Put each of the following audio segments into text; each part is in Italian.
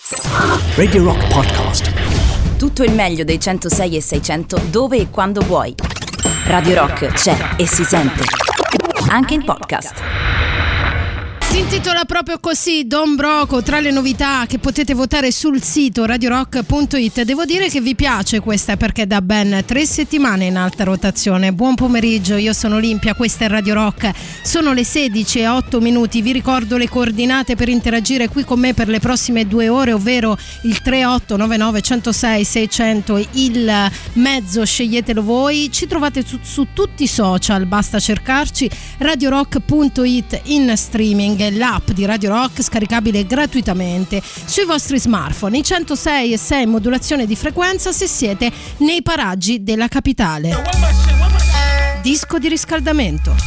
Radio Rock Podcast. Tutto il meglio dei 106 e 600 dove e quando vuoi. Radio Rock c'è e si sente anche in podcast. Si intitola proprio così, Don Broco, tra le novità che potete votare sul sito radiorock.it. Devo dire che vi piace questa perché da ben 3 settimane in alta rotazione. Buon pomeriggio, io sono Olimpia, questa è Radio Rock. Sono le 16:08. Vi ricordo le coordinate per interagire qui con me per le prossime 2 ore, ovvero il 3899 106 600, il mezzo sceglietelo voi. Ci trovate su tutti i social, basta cercarci radiorock.it in streaming, l'app di Radio Rock scaricabile gratuitamente sui vostri smartphone. I 106.6 modulazione di frequenza se siete nei paraggi della capitale. Disco di riscaldamento.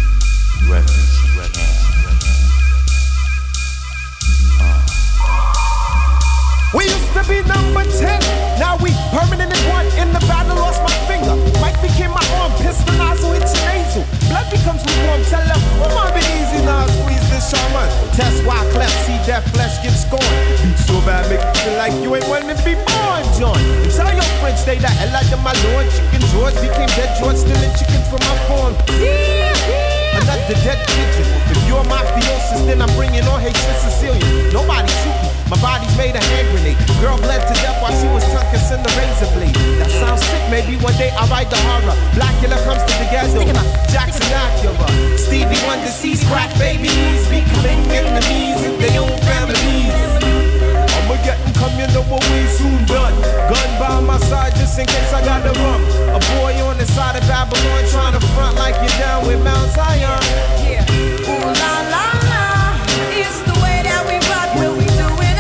We used to be number 10, now we permanent in one. In the battle, lost my finger. Mike became my arm, pistol nozzle, hits your nasal. Blood becomes lukewarm, tell them, oh, my be easy now, squeeze this shaman. Test why cleft, see that flesh get scorned. Beat so bad, make you feel like you ain't wanting to be born, John. And tell your friends, stay the hell out of my lord. Chicken George became dead George, stealing chickens from my farm. Another dead pigeon. If you're mafiosis, then I'm bringing on hatred Sicilian. Nobody shooting. My body's made a hand grenade. Girl bled to death while she was tongue kissing the razor blade. That sounds sick, maybe one day I'll write the horror. Blackula comes to the ghetto. Jackson Acura. Stevie Wonder sees crack babies becoming enemies in their own families. I'ma get and come, you know what we soon done. Gun by my side just in case I got the rum. A boy on the side of Babylon trying to front like you're down with Mount Zion. Yeah. Ooh la la la, it's the way that we rock when we do it.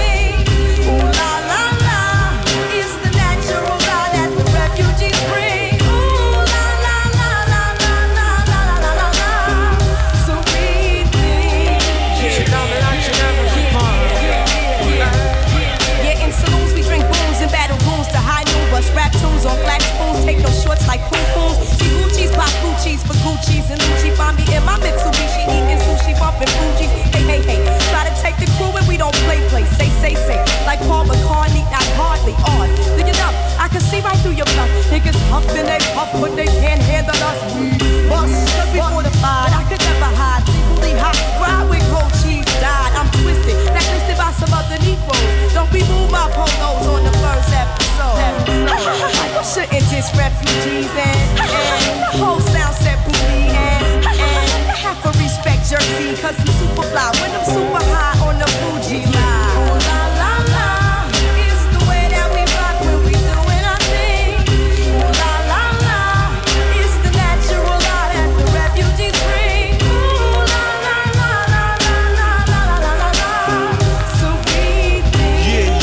Rap tunes on flat spoons, take no shorts like poo-poos. See Gucci's, pop Gucci's for Gucci's and Lucci. Find me in my Mitsubishi, eating sushi, bumping Fuji's. Hey, hey, hey, try to take the crew and we don't play. Say, like Paul McCartney, not hardly on. Do you know, I can see right through your bluff. Niggas huffing, they puff, but they can't handle us. Bust, we fortified, I could never hide. Secretly hot, ride with cold cheese, died. I'm twisted, blacklisted by some other Negroes. Don't be moved by polos on the first episode. You shouldn't diss refugees and the whole sound set booty and have to respect Jersey cause I'm super fly when I'm super high on the Fuji line. Ooh la la la, it's the way that we rock when we doing our thing. Ooh la la la, it's the natural law that the refugees bring. Ooh la la la la la la la la la la. So we think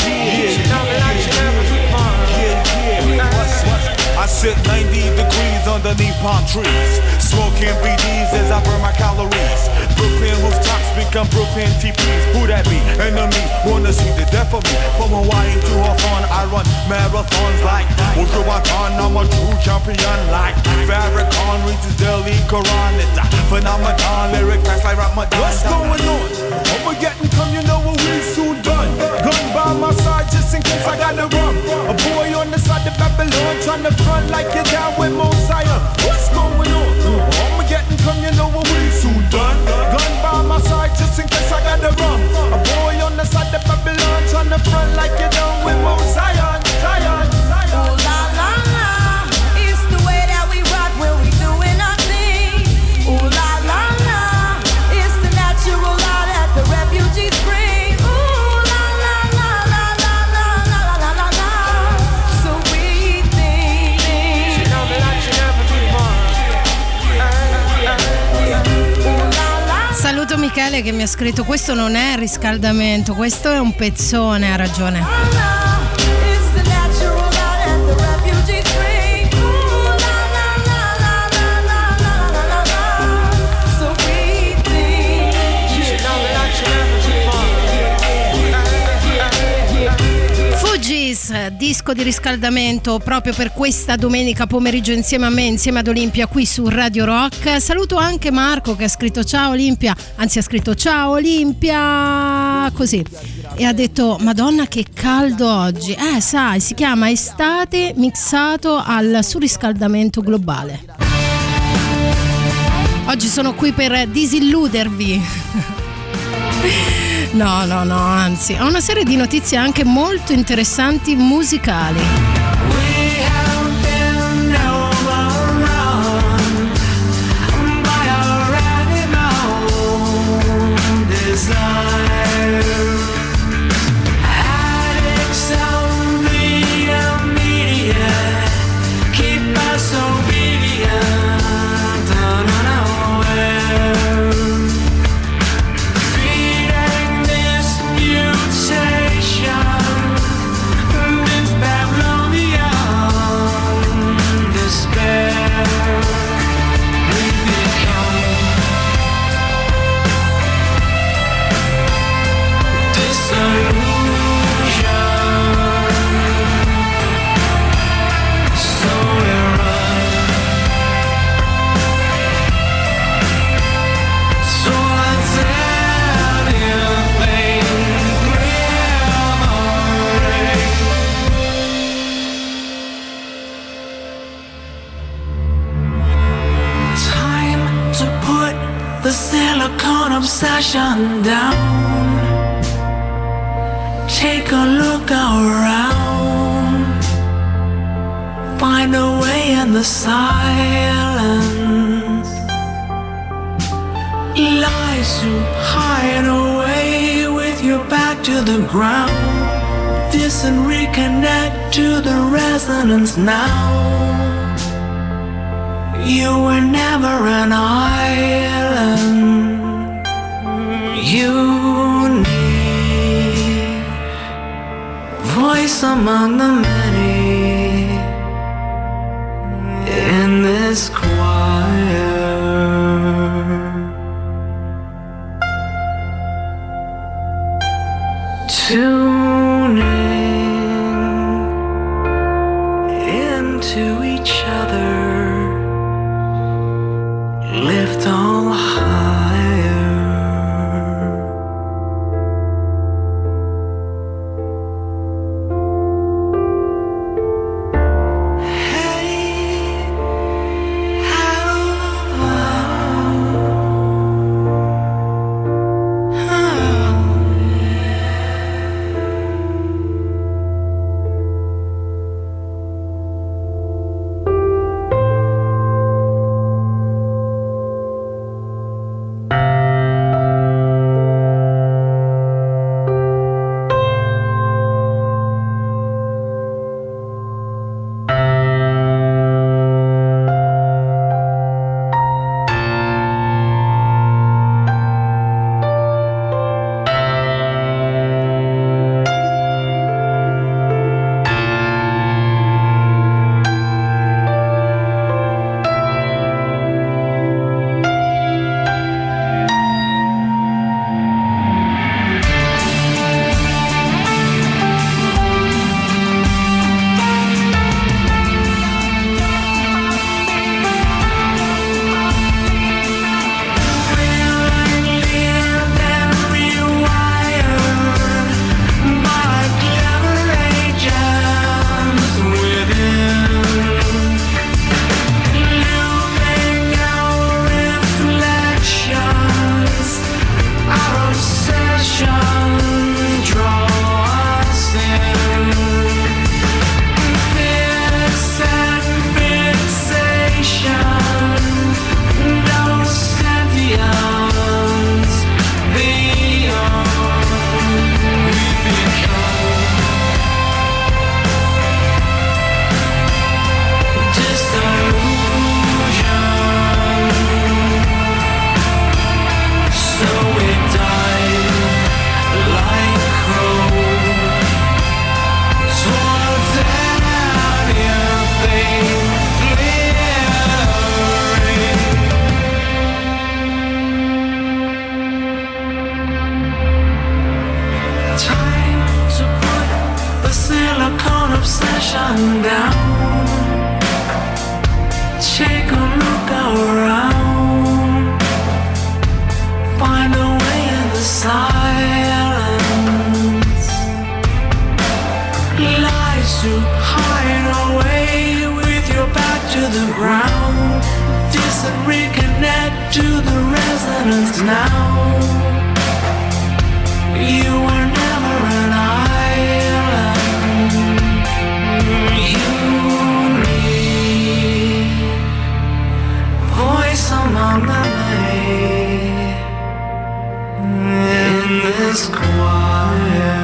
I sit 90 degrees underneath palm trees, smoking BDs as I burn my calories. Brooklyn rooftops become Brooklyn TPs. Who that be? Enemy, wanna see the death of me. From Hawaii to Hawthorne, I run marathons like Wujuwatan. I'm a true champion like Farrakhan reads daily Quran. It's a phenomenon, lyric fast like Ramadan. What's going on? I'ma get and come, you know what we soon done. Gun by my side just in case I got the rum. A boy on the side of Babylon trying to front like you're down with Mount Zion. What's going on? I'ma get and come, you know what we soon done. Gun by my side just in case I got the rum. A boy on the side of Babylon trying to front like you're down with Mount Zion. Zion. Ooh la la la, it's the way that we rock when we doing our thing. Ooh la la la, it's the natural law that the refugees bring. Ooh la la la la la la la la la la. So we think she know me like she never before. Saluto Michele che mi ha scritto: questo non è riscaldamento, questo è un pezzone, ha ragione. Fugees, disco di riscaldamento proprio per questa domenica pomeriggio insieme a me, insieme ad Olimpia qui su Radio Rock. Saluto anche Marco che ha scritto ciao Olimpia, anzi ha scritto ciao Olimpia così, e ha detto Madonna che caldo oggi. Sai, si chiama estate mixato al surriscaldamento globale. Oggi sono qui per disilludervi. No, anzi, ho una serie di notizie anche molto interessanti musicali. Obsession down. Take a look around. Find a way in the silence. Lies to hide away with your back to the ground. Listen, reconnect to the resonance now. You were never an island. You need voice among the many in this choir. Tuning into each other, lift all higher. procession down. Take a look around. Find a way in the silence. Lies to hide away with your back to the ground. Distant reconnect to the resonance now. You were never an island. You need voice among the many in this choir.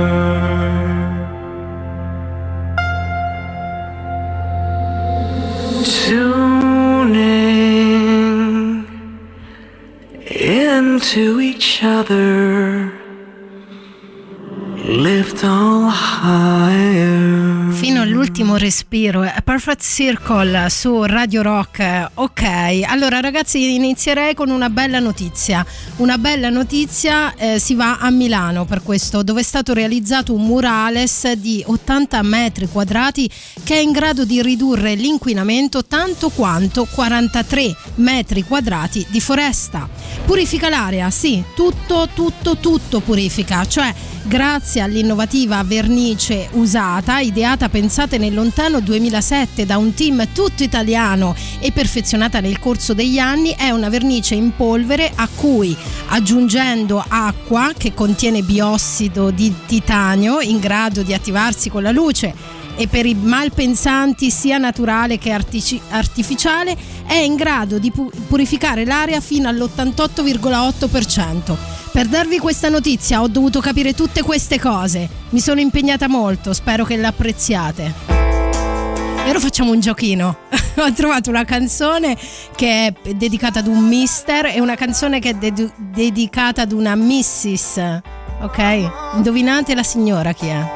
Tuning into each other. Lift all higher. Fino all'ultimo respiro. Perfect Circle su Radio Rock. Ok, allora ragazzi, inizierei con una bella notizia. Una bella notizia, si va a Milano per questo, dove è stato realizzato un murales di 80 metri quadrati che è in grado di ridurre l'inquinamento tanto quanto 43 metri quadrati di foresta. Purifica l'area, sì, tutto purifica, cioè grazie all'innovativa vernice usata, ideata, pensata nel lontano 2007 da un team tutto italiano e perfezionata nel corso degli anni, è una vernice in polvere a cui, aggiungendo acqua che contiene biossido di titanio in grado di attivarsi con la luce e per i malpensanti sia naturale che artificiale, è in grado di purificare l'aria fino all'88,8%. Per darvi questa notizia ho dovuto capire tutte queste cose, mi sono impegnata molto, spero che l'apprezziate. E ora facciamo un giochino. Ho trovato una canzone che è dedicata ad un mister e una canzone che è dedicata ad una missis. Ok? Indovinate la signora chi è?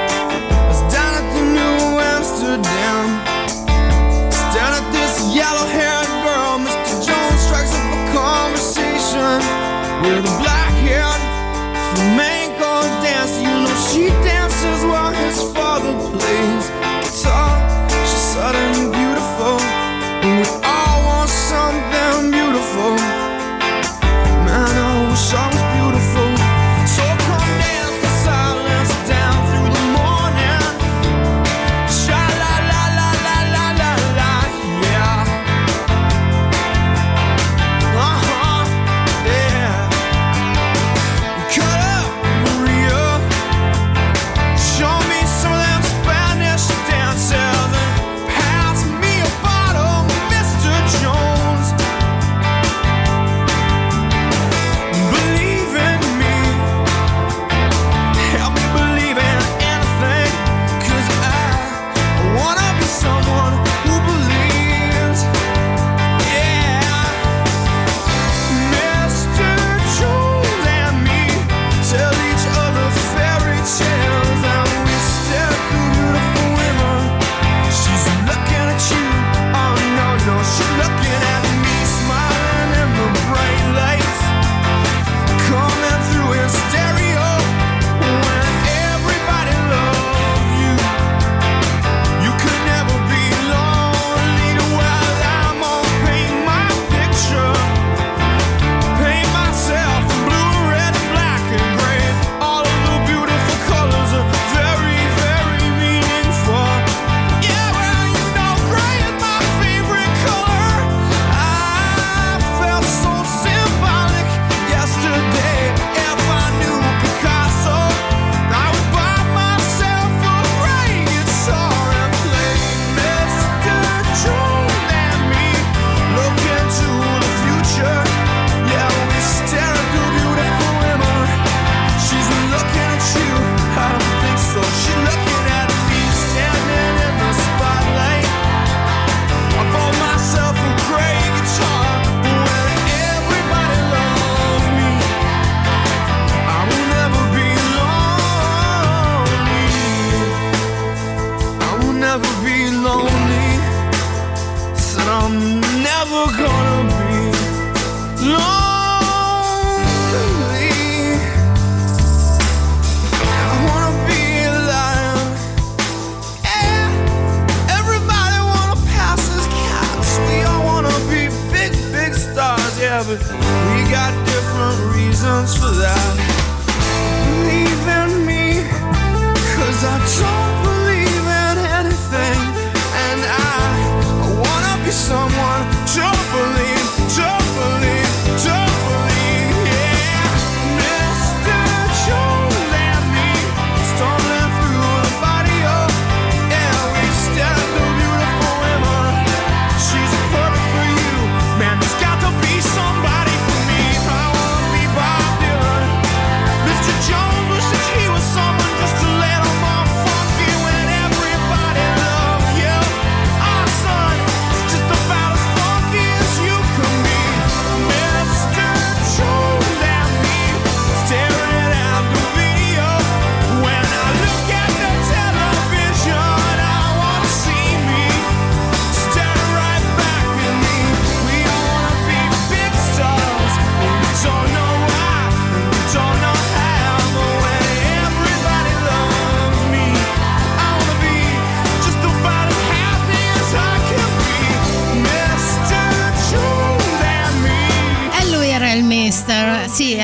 Down, staring at this yellow-haired girl. Mr. Jones strikes up a conversation with a black-haired flamenco dancer. You know she dances while his father plays guitar. She's sudden and beautiful, and we all want something beautiful. Man, I wish I was beautiful. So come dance the silence down through the morning.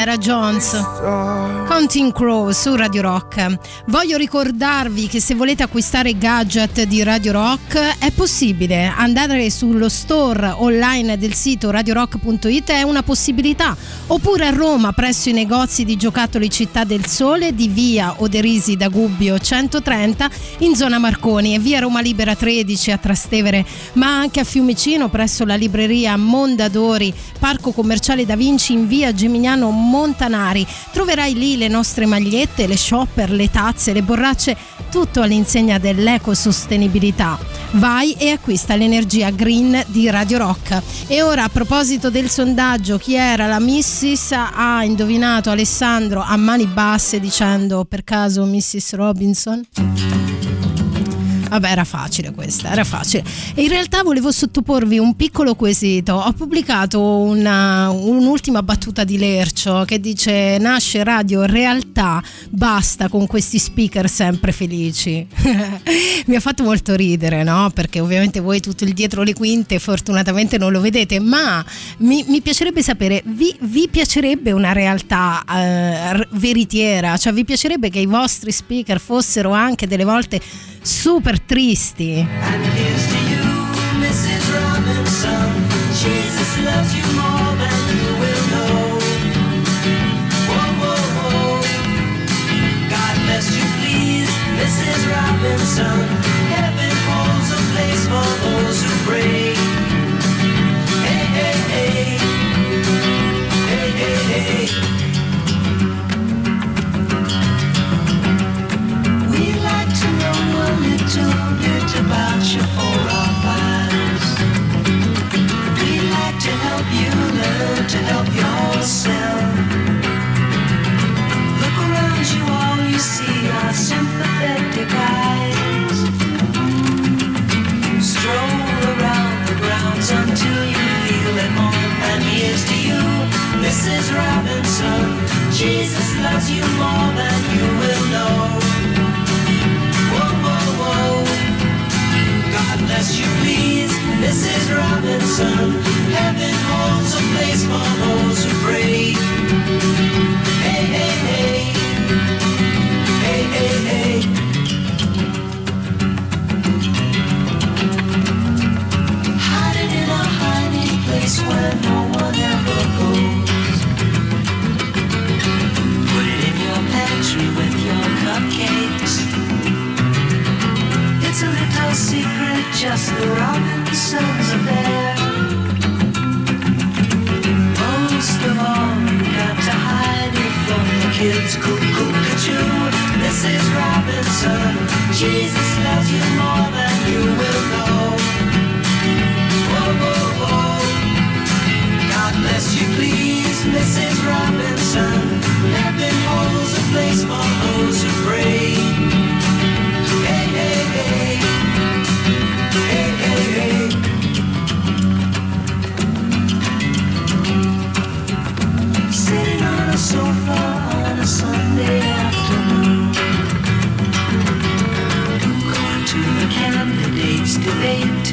Nora Jones, Counting Crow su Radio Rock. Voglio ricordarvi che se volete acquistare gadget di Radio Rock è possibile andare sullo store online del sito radiorock.it, è una possibilità, oppure a Roma presso i negozi di giocattoli Città del Sole di via Oderisi da Gubbio 130 in zona Marconi e via Roma Libera 13 a Trastevere, ma anche a Fiumicino presso la libreria Mondadori, Parco Commerciale Da Vinci in via Gemignano Montanari. Troverai lì le nostre magliette, le shopper, le tazze, le borracce, tutto all'insegna dell'ecosostenibilità. Vai e acquista l'energia green di Radio Rock. E ora, a proposito del sondaggio, chi era la Mrs. ha indovinato Alessandro a mani basse dicendo per caso Mrs. Robinson? Vabbè, era facile questa, era facile. E in realtà volevo sottoporvi un piccolo quesito. Ho pubblicato un'ultima battuta di Lercio che dice: nasce Radio Realtà, basta con questi speaker sempre felici. Mi ha fatto molto ridere, no? Perché ovviamente voi tutto il dietro le quinte fortunatamente non lo vedete, ma mi piacerebbe sapere, vi piacerebbe una realtà veritiera? Cioè vi piacerebbe che i vostri speaker fossero anche delle volte super tristi? And here's to you, Mrs. Robinson. Jesus loves you more than you will know. Whoa, whoa, whoa. God bless you, please, Mrs. Robinson. Heaven holds a place for those who pray. Hey, hey, hey. Hey, hey, hey. We'd like to know a little bit about you for our files. We'd like to help you learn to help yourself. Look around you, all you see are sympathetic eyes. Stroll around the grounds until you feel at home. And here's to you, Mrs. Robinson. Jesus loves you more than you will know. God bless you, please, Mrs. Robinson. Heaven holds a place for those who pray. Hey, hey, hey. Hey, hey, hey. Hiding in a hiding place where no one ever goes. Put it in your pantry with your cupcakes. It's a little secret, just the Robinsons affair. Most of all, you got to hide it from the kids. Cuckoo-cuckoo, Mrs. Robinson. Jesus loves you more than you will know. Whoa, whoa, whoa. God bless you, please, Mrs. Robinson. Heaven holds a place for those who pray. Hey, hey, hey. Hey, hey, hey. Sitting on a sofa on a Sunday afternoon, going to the candidates' debate.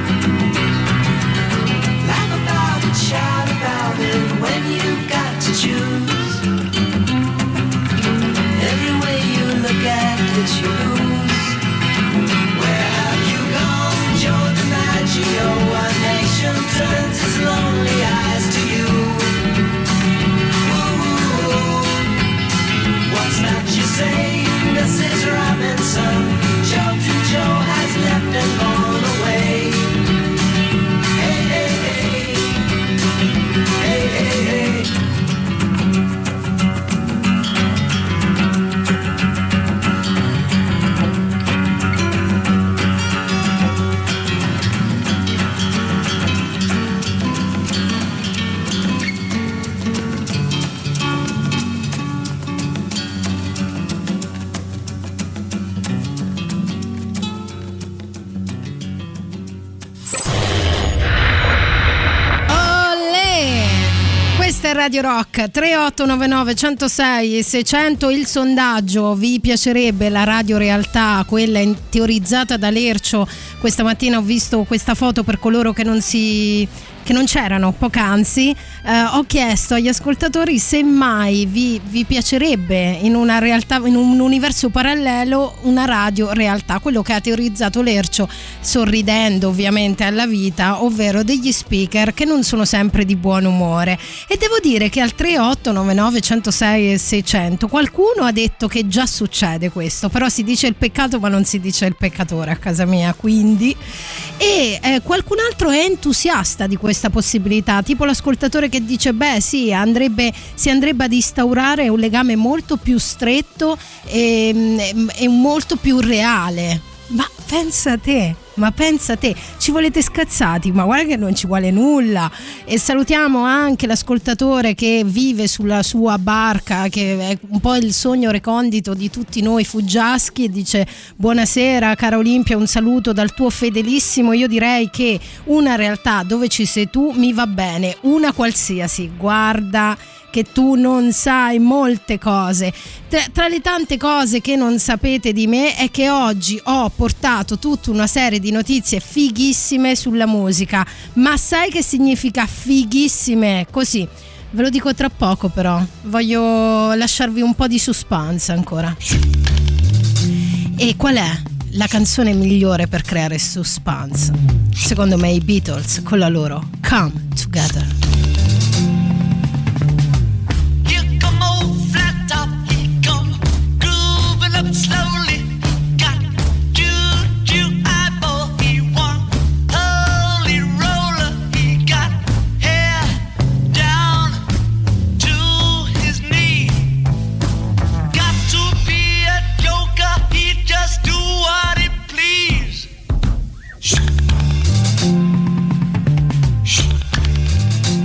Laugh about it, shout about it when you've got to choose. Every way you look at it, you lose. Where have you gone, Joe DiMaggio? A nation turns its lonely eyes to you. Ooh, what's that you say, Mrs. Robinson? Joe Joe has left and gone away. Hey, hey, hey. Hey, hey, hey. Radio Rock 3899 106 600. Il sondaggio: vi piacerebbe la radio realtà, quella teorizzata da Lercio? Questa mattina ho visto questa foto, per coloro che non si che non c'erano poc'anzi, ho chiesto agli ascoltatori se mai vi piacerebbe in una realtà, in un universo parallelo, una radio realtà, quello che ha teorizzato Lercio sorridendo ovviamente alla vita, ovvero degli speaker che non sono sempre di buon umore. E devo dire che al 3899 106 e 600 qualcuno ha detto che già succede questo, però si dice il peccato ma non si dice il peccatore a casa mia, quindi. E qualcun altro è entusiasta di questa possibilità, tipo l'ascoltatore che dice beh sì, si andrebbe ad instaurare un legame molto più stretto e molto più reale. Ma pensa te, ci volete scazzati, ma guarda che non ci vuole nulla. E salutiamo anche l'ascoltatore che vive sulla sua barca, che è un po' il sogno recondito di tutti noi fuggiaschi, e dice buonasera cara Olimpia, un saluto dal tuo fedelissimo. Io direi che una realtà dove ci sei tu mi va bene, una qualsiasi, guarda che tu non sai molte cose. Tra le tante cose che non sapete di me è che oggi ho portato tutta una serie di notizie fighissime sulla musica. Ma sai che significa fighissime? Così, ve lo dico tra poco, però voglio lasciarvi un po' di suspense ancora. E qual è la canzone migliore per creare suspense? Secondo me i Beatles con la loro Come Together. Slowly got juju eyeball. He won holy roller. He got hair down to his knee. Got to be a joker. He just do what he please.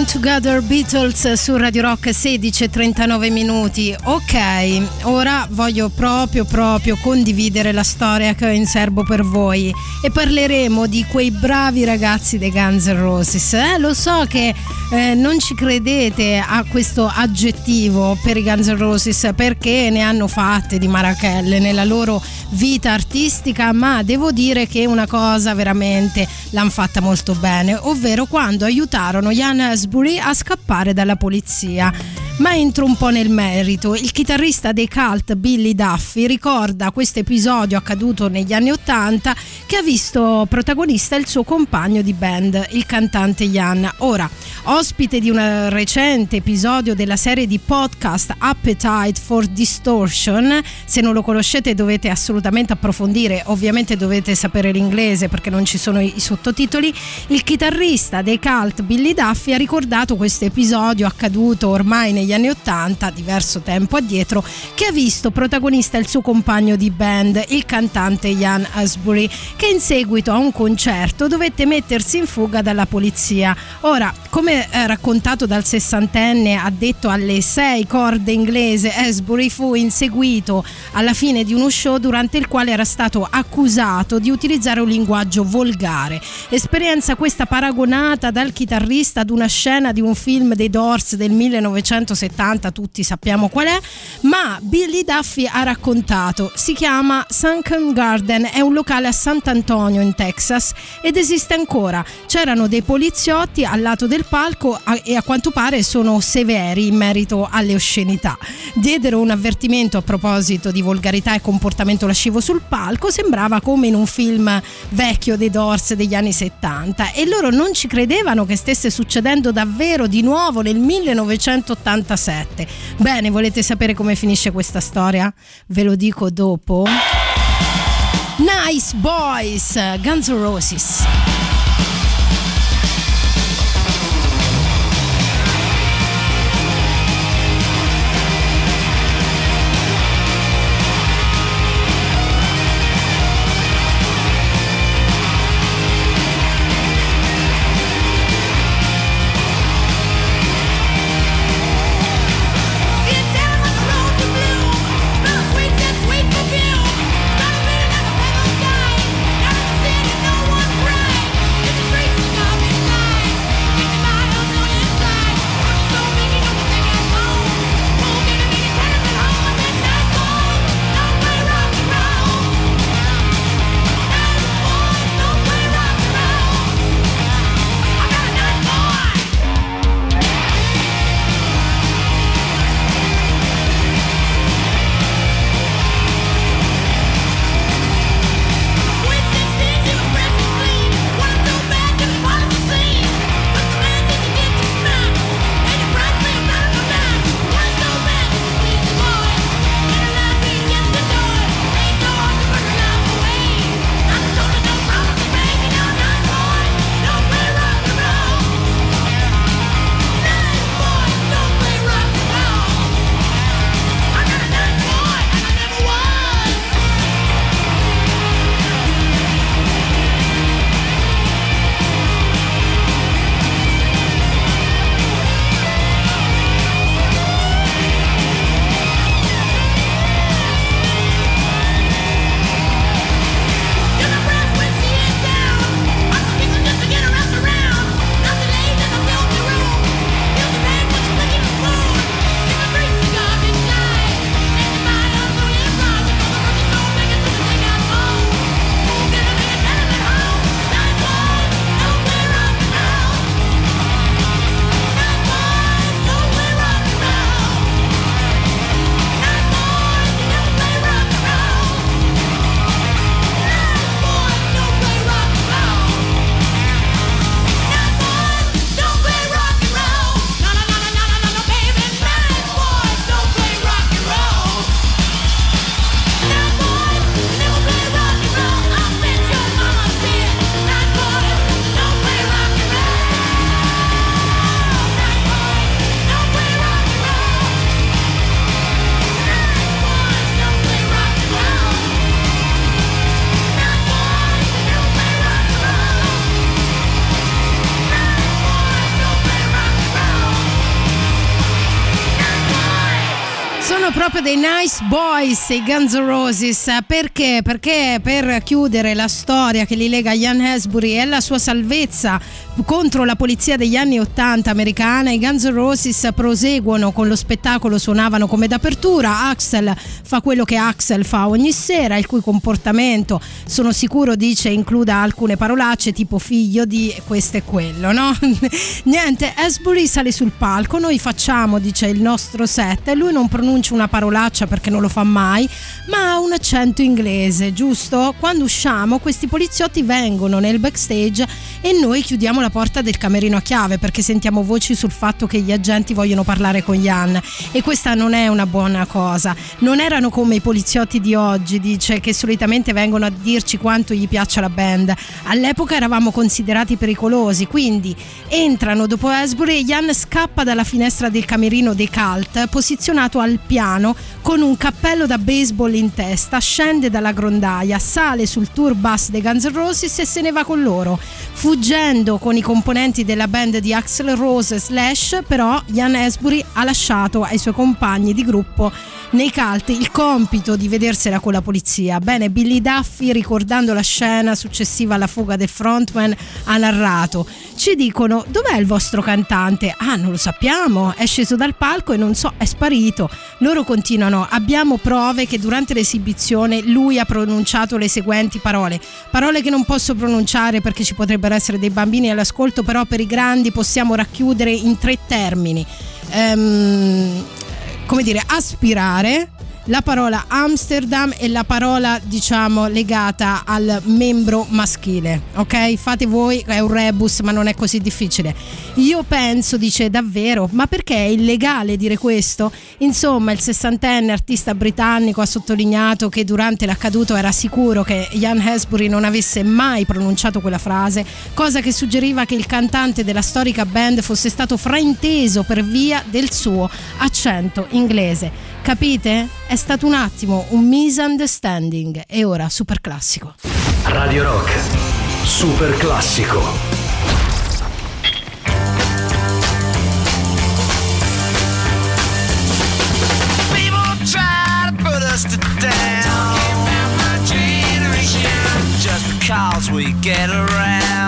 Come Together Beatles su Radio Rock, 16:39 minuti. Ok, ora voglio proprio condividere la storia che ho in serbo per voi e parleremo di quei bravi ragazzi dei Guns N' Roses. Lo so che non ci credete a questo aggettivo per i Guns N' Roses, perché ne hanno fatte di marachelle nella loro vita artistica, ma devo dire che una cosa veramente l'hanno fatta molto bene, ovvero quando aiutarono Ian Astbury a scappare dalla polizia. Ma entro un po' nel merito. Il chitarrista dei Cult Billy Duffy ricorda questo episodio accaduto negli anni '80 che ha visto protagonista il suo compagno di band, il cantante Ian. Ora, ospite di un recente episodio della serie di podcast Appetite for Distortion, se non lo conoscete dovete assolutamente approfondire, ovviamente dovete sapere l'inglese perché non ci sono i sottotitoli. Il chitarrista dei Cult Billy Duffy ha ricordato questo episodio accaduto ormai negli anni '80, diverso tempo addietro, che ha visto protagonista il suo compagno di band, il cantante Ian Astbury, che in seguito a un concerto dovette mettersi in fuga dalla polizia. Ora, come raccontato dal sessantenne addetto alle 6 corde inglese, Astbury fu inseguito alla fine di uno show durante il quale era stato accusato di utilizzare un linguaggio volgare. Esperienza questa paragonata dal chitarrista ad una scena di un film dei Doors del 1970, tutti sappiamo qual è, ma Billy Duffy ha raccontato: si chiama Sunken Garden, è un locale a Sant'Antonio in Texas ed esiste ancora. C'erano dei poliziotti al lato del palco e a quanto pare sono severi in merito alle oscenità. Diedero un avvertimento a proposito di volgarità e comportamento lascivo sul palco, sembrava come in un film vecchio dei Doors degli anni 70, e loro non ci credevano che stesse succedendo davvero di nuovo nel 1987. Bene, volete sapere come finisce questa storia? Ve lo dico dopo. Nice Boys, Guns N' Roses. Sweet perfume, got a feeling like a feather's dying. Got a city no one bright. proprio dei Nice Boys, i Guns N' Roses. Perché? Perché per chiudere la storia che li lega a Ian Astbury e la sua salvezza contro la polizia degli anni 80 americana, i Guns N' Roses proseguono con lo spettacolo, suonavano come d'apertura. Axl fa quello che Axl fa ogni sera, il cui comportamento, sono sicuro, dice, includa alcune parolacce tipo figlio di questo e quello, no? Niente, Astbury sale sul palco, noi facciamo, dice, il nostro set e lui non pronuncia una parolaccia perché non lo fa mai, ma ha un accento inglese, giusto? Quando usciamo questi poliziotti vengono nel backstage e noi chiudiamo la porta del camerino a chiave perché sentiamo voci sul fatto che gli agenti vogliono parlare con Ian e questa non è una buona cosa. Non erano come i poliziotti di oggi, dice, che solitamente vengono a dirci quanto gli piaccia la band. All'epoca eravamo considerati pericolosi, quindi entrano dopo Astbury e Ian scappa dalla finestra del camerino dei Cult posizionato al piano con un cappello da baseball in testa, scende dalla grondaia, sale sul tour bus dei Guns N' Roses e se ne va con loro, fuggendo con i componenti della band di Axl Rose Slash. Però Ian Astbury ha lasciato ai suoi compagni di gruppo nei Cult il compito di vedersela con la polizia. Bene, Billy Duffy, ricordando la scena successiva alla fuga del frontman, ha narrato: ci dicono dov'è il vostro cantante? Ah, non lo sappiamo, è sceso dal palco e non so, è sparito. Loro continuano: abbiamo prove che durante l'esibizione lui ha pronunciato le seguenti parole che non posso pronunciare perché ci potrebbero essere dei bambini all'ascolto, però per i grandi possiamo racchiudere in 3 termini. Come dire, aspirare, la parola Amsterdam e la parola, diciamo, legata al membro maschile, ok? Fate voi, è un rebus ma non è così difficile. Io penso, dice, davvero, ma perché è illegale dire questo? Insomma, il 60enne artista britannico ha sottolineato che durante l'accaduto era sicuro che Ian Astbury non avesse mai pronunciato quella frase, cosa che suggeriva che il cantante della storica band fosse stato frainteso per via del suo accento inglese. Capite? È stato un attimo un misunderstanding. E ora super classico. Radio Rock, super classico. People try to put us to down, just because we get around.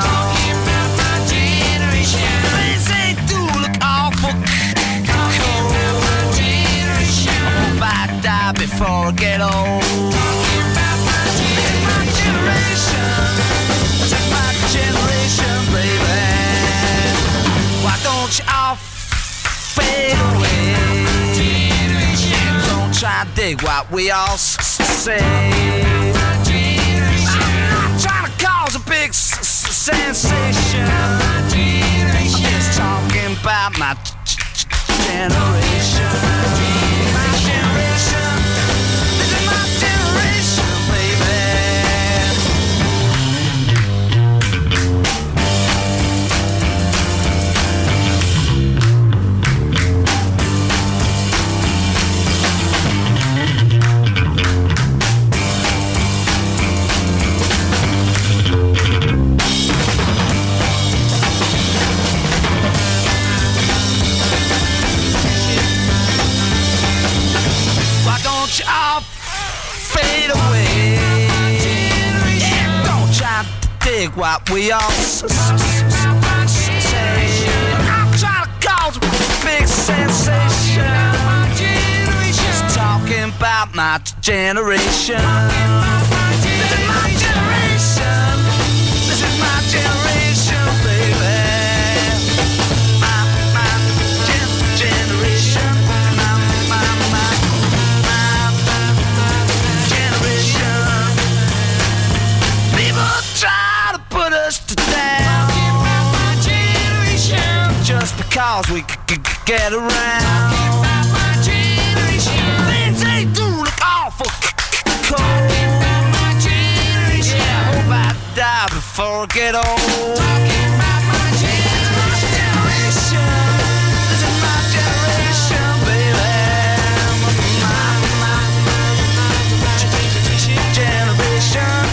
Things they do look awful cold. I hope I die before I get old. This is my generation. This is my generation, baby. Why don't you all fade away? Don't try to dig what we all say. I'm not trying to cause a big sensation. I'm just talking about my generation. My generation. This is my generation, baby. Why don't you all fade away? Yeah, don't try to dig what we all say. I'm trying to cause a big sensation. Just talking about my generation. This is my generation. This is my generation, baby. My generation. Try to put us to down, just because we get around. Things they do look awful cold. Yeah, I hope I die before I get old. This is my generation, baby. My generation.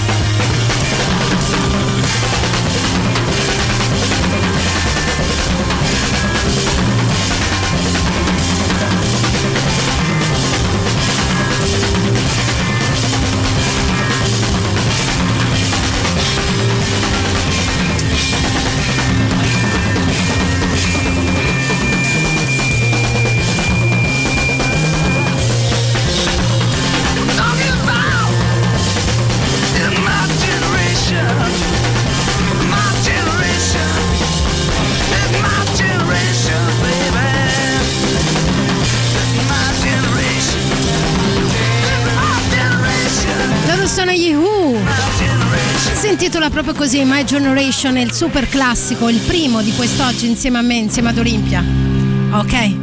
proprio così, My Generation è il super classico, il primo di quest'oggi insieme a me, insieme ad Olimpia. Ok,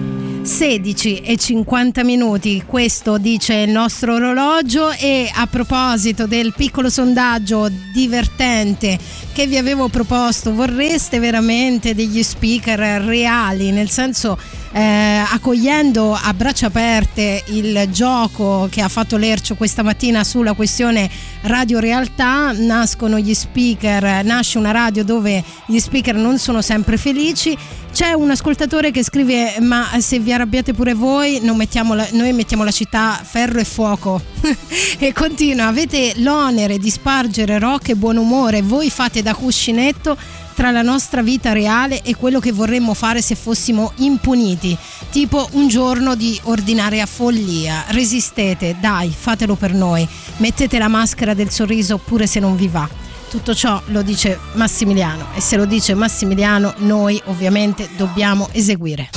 16:50, questo dice il nostro orologio. E a proposito del piccolo sondaggio divertente che vi avevo proposto, vorreste veramente degli speaker reali, nel senso accogliendo a braccia aperte il gioco che ha fatto Lercio questa mattina sulla questione radio realtà? Nascono gli speaker, nasce una radio dove gli speaker non sono sempre felici. C'è un ascoltatore che scrive: ma se vi arrabbiate pure voi, noi mettiamo la città ferro e fuoco. E continua: avete l'onere di spargere rock e buon umore, voi fate da cuscinetto tra la nostra vita reale e quello che vorremmo fare se fossimo impuniti, tipo un giorno di ordinaria follia. Resistete, dai, fatelo per noi, mettete la maschera del sorriso pure se non vi va. Tutto ciò lo dice Massimiliano, e se lo dice Massimiliano noi ovviamente dobbiamo eseguire.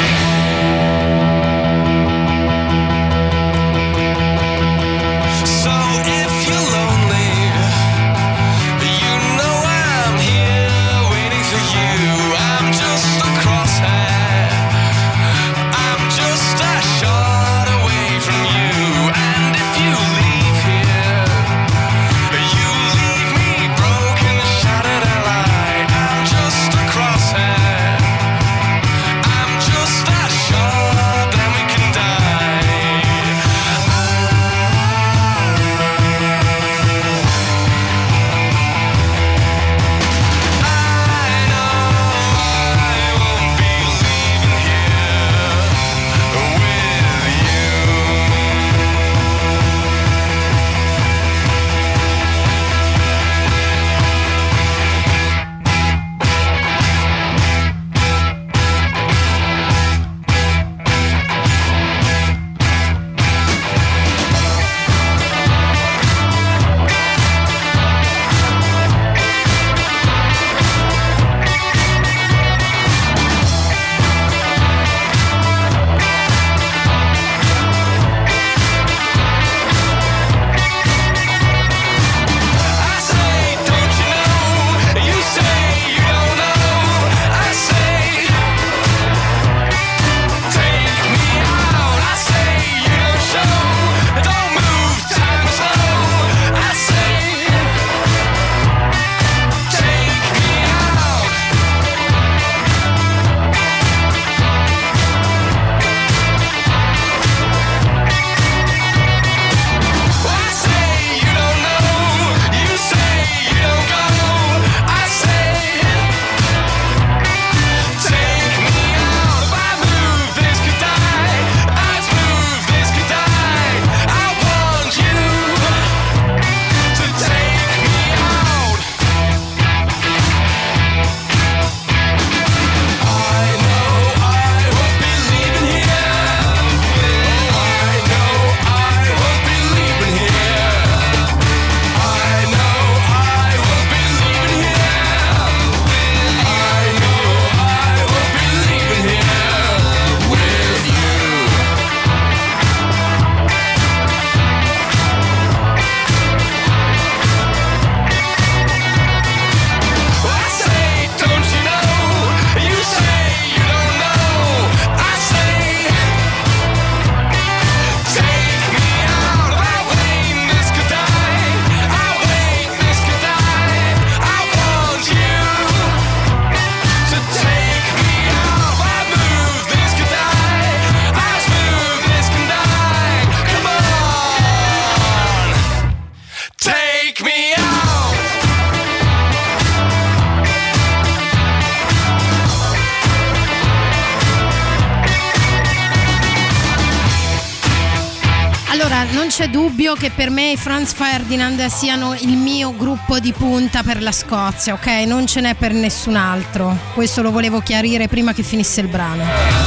Non c'è dubbio che per me i Franz Ferdinand siano il mio gruppo di punta per la Scozia, ok? Non ce n'è per nessun altro. Questo lo volevo chiarire prima che finisse il brano.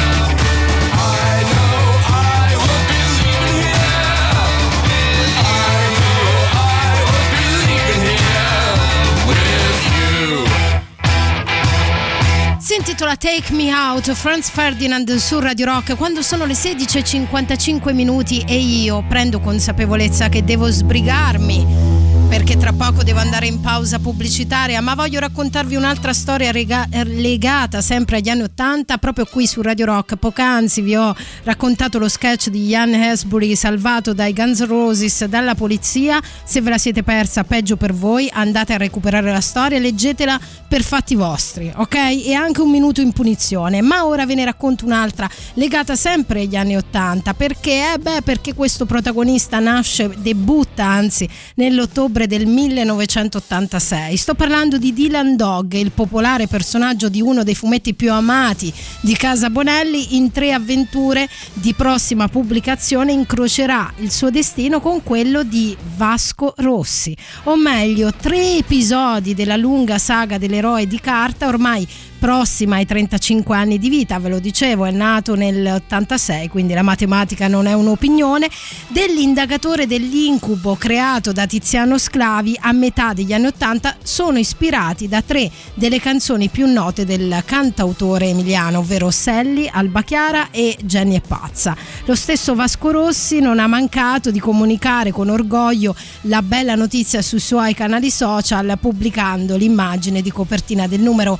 Si intitola Take Me Out, Franz Ferdinand su Radio Rock, quando sono le 16:55 e io prendo consapevolezza che devo sbrigarmi perché tra poco devo andare in pausa pubblicitaria, ma voglio raccontarvi un'altra storia legata sempre agli anni '80, proprio qui su Radio Rock. Poc'anzi vi ho raccontato lo sketch di Ian Astbury salvato dai Guns N' Roses dalla polizia. Se ve la siete persa, peggio per voi, andate a recuperare la storia, leggetela per fatti vostri, ok? E anche un minuto in punizione. Ma ora ve ne racconto un'altra legata sempre agli anni '80, perché questo protagonista debutta anzi nell'ottobre del 1986. Sto parlando di Dylan Dog, il popolare personaggio di uno dei fumetti più amati di Casa Bonelli. In 3 avventure di prossima pubblicazione incrocerà il suo destino con quello di Vasco Rossi, o meglio 3 episodi della lunga saga dell'eroe di carta, ormai prossima ai 35 anni di vita. Ve lo dicevo, è nato nell'86, quindi la matematica non è un'opinione, dell'indagatore dell'incubo creato da Tiziano Sclavi a metà degli anni '80, sono ispirati da 3 delle canzoni più note del cantautore emiliano, ovvero Selli, Alba Chiara e Jenny è pazza. Lo stesso Vasco Rossi non ha mancato di comunicare con orgoglio la bella notizia sui suoi canali social, pubblicando l'immagine di copertina del numero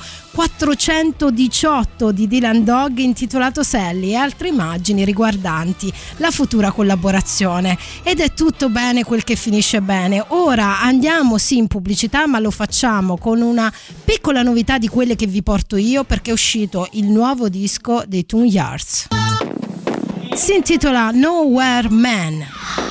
418 di Dylan Dog intitolato Sally e altre immagini riguardanti la futura collaborazione. Ed è tutto bene quel che finisce bene. Ora andiamo sì in pubblicità, ma lo facciamo con una piccola novità di quelle che vi porto io, perché è uscito il nuovo disco dei Toon Yards. Si intitola Nowhere Man.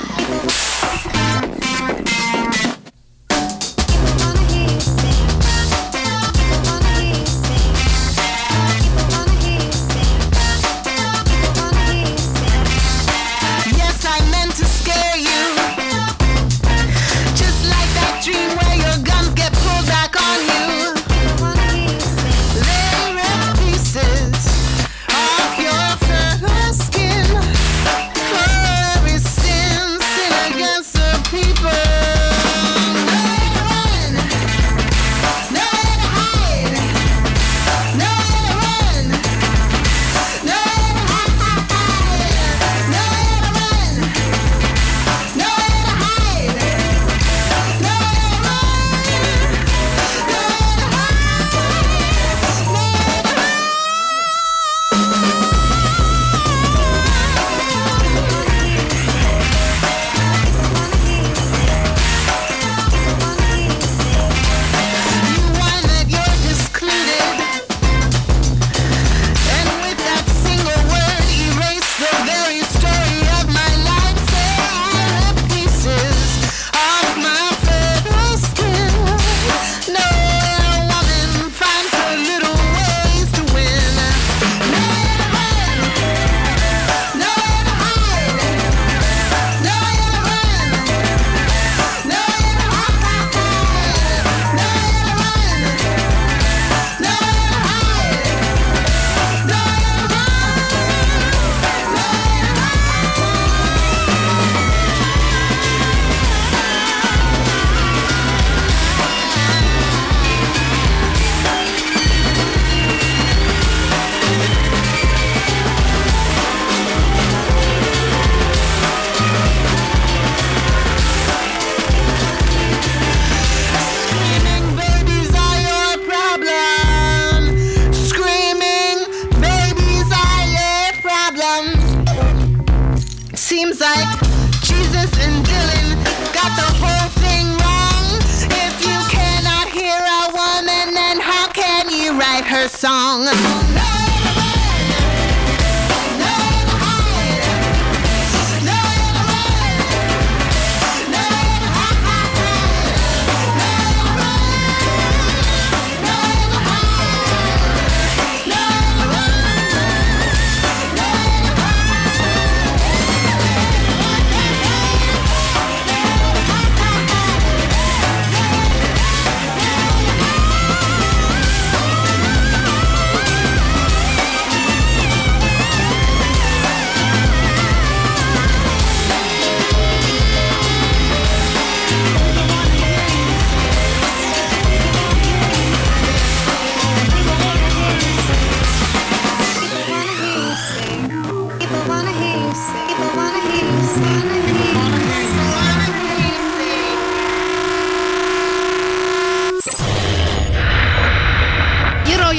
her song.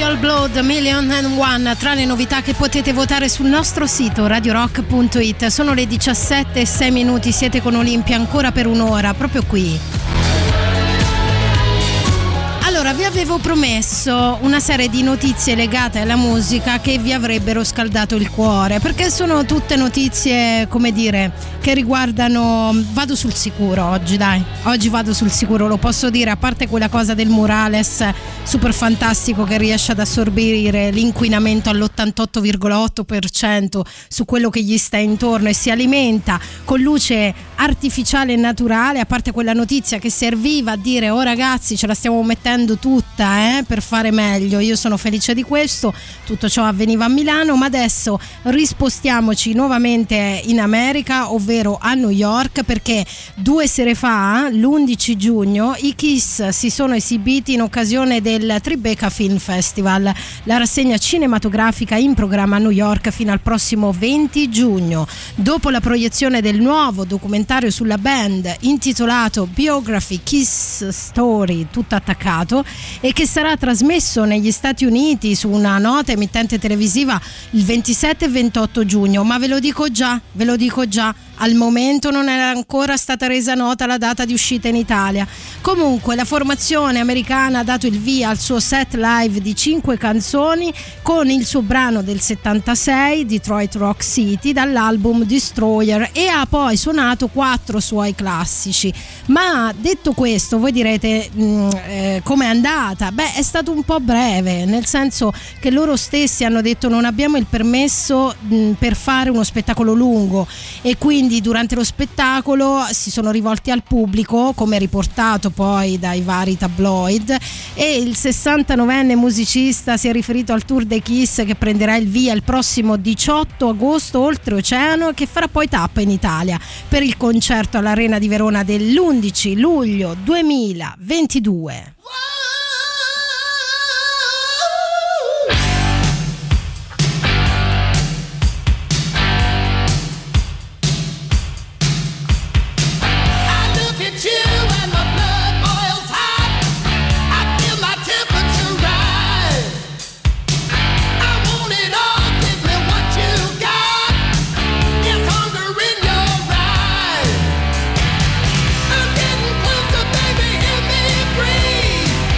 Royal Blood, Million and One, tra le novità che potete votare sul nostro sito radiorock.it. Sono le 17:06, siete con Olimpia ancora per un'ora, proprio qui. Allora, vi avevo promesso una serie di notizie legate alla musica che vi avrebbero scaldato il cuore, perché sono tutte notizie, come dire, che riguardano... Vado sul sicuro oggi, dai. Oggi vado sul sicuro, lo posso dire, a parte quella cosa del Murales super fantastico che riesce ad assorbire l'inquinamento all'88,8% su quello che gli sta intorno e si alimenta con luce artificiale e naturale, a parte quella notizia che serviva a dire oh ragazzi ce la stiamo mettendo tutta per fare meglio. Io sono felice di questo. Tutto ciò avveniva a Milano, ma adesso rispostiamoci nuovamente in America, ovvero a New York, perché 2 sere fa, l'11 giugno, i Kiss si sono esibiti in occasione del Tribeca Film Festival, la rassegna cinematografica in programma a New York fino al prossimo 20 giugno. Dopo la proiezione del nuovo documentario sulla band intitolato Biography Kiss Story, tutto attaccato, e che sarà trasmesso negli Stati Uniti su una nota emittente televisiva il 27 e 28 giugno, ma ve lo dico già, al momento non era ancora stata resa nota la data di uscita in Italia. Comunque la formazione americana ha dato il via al suo set live di 5 canzoni con il suo brano del 76, Detroit Rock City, dall'album Destroyer, e ha poi suonato 4 suoi classici. Ma detto questo, voi direte com'è andata? Beh, è stato un po' breve, nel senso che loro stessi hanno detto non abbiamo il permesso per fare uno spettacolo lungo, e quindi durante lo spettacolo si sono rivolti al pubblico, come riportato poi dai vari tabloid, e il 69enne musicista si è riferito al tour dei Kiss che prenderà il via il prossimo 18 agosto oltreoceano e che farà poi tappa in Italia per il concerto all'Arena di Verona dell'11 luglio 2022. I'm getting closer, baby, hear me breathe.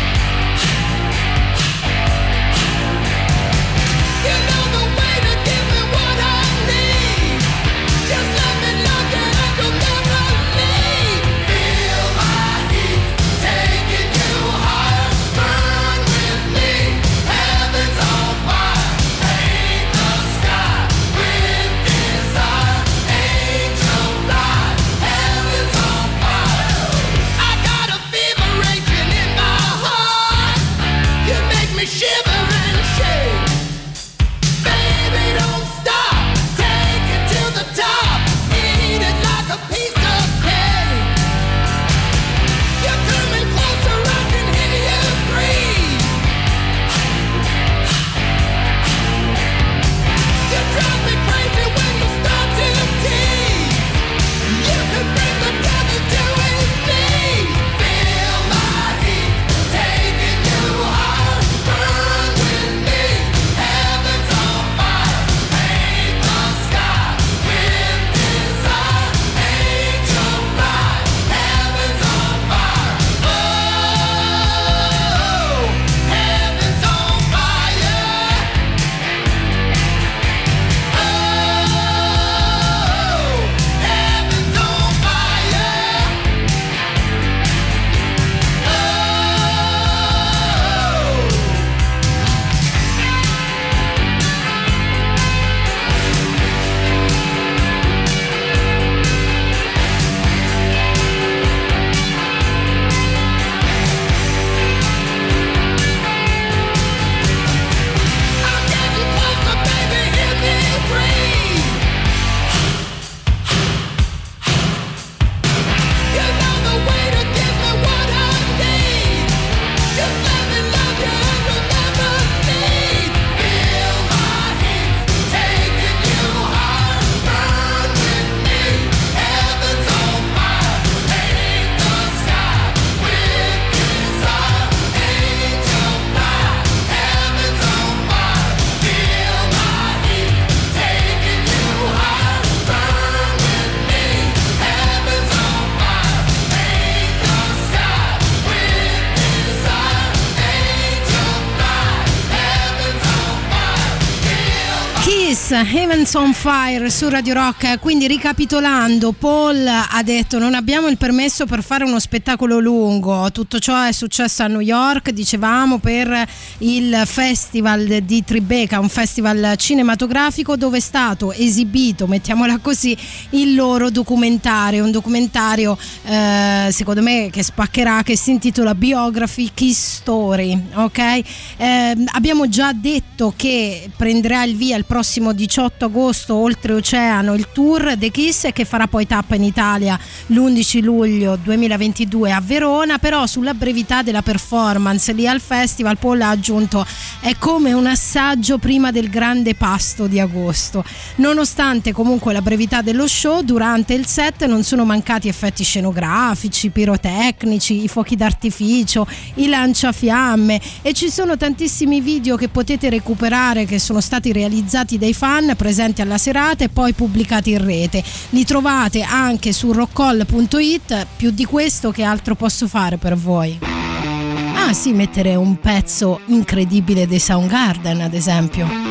Heavens on Fire su Radio Rock. Quindi ricapitolando, Paul ha detto non abbiamo il permesso per fare uno spettacolo lungo, tutto ciò è successo a New York, dicevamo, per il festival di Tribeca, un festival cinematografico dove è stato esibito, mettiamola così, il loro documentario, un documentario secondo me che spaccherà, che si intitola Biography Kiss Story, ok? Abbiamo già detto che prenderà il via il prossimo 18 agosto oltreoceano il tour The Kiss, che farà poi tappa in Italia l'11 luglio 2022 a Verona. Però sulla brevità della performance lì al festival Paul ha aggiunto è come un assaggio prima del grande pasto di agosto. Nonostante comunque la brevità dello show, durante il set non sono mancati effetti scenografici, pirotecnici, i fuochi d'artificio, i lanciafiamme, e ci sono tantissimi video che potete recuperare che sono stati realizzati dai fan presenti alla serata e poi pubblicati in rete. Li trovate anche su rockall.it. Più di questo che altro posso fare per voi? Ah sì, mettere un pezzo incredibile dei Soundgarden ad esempio.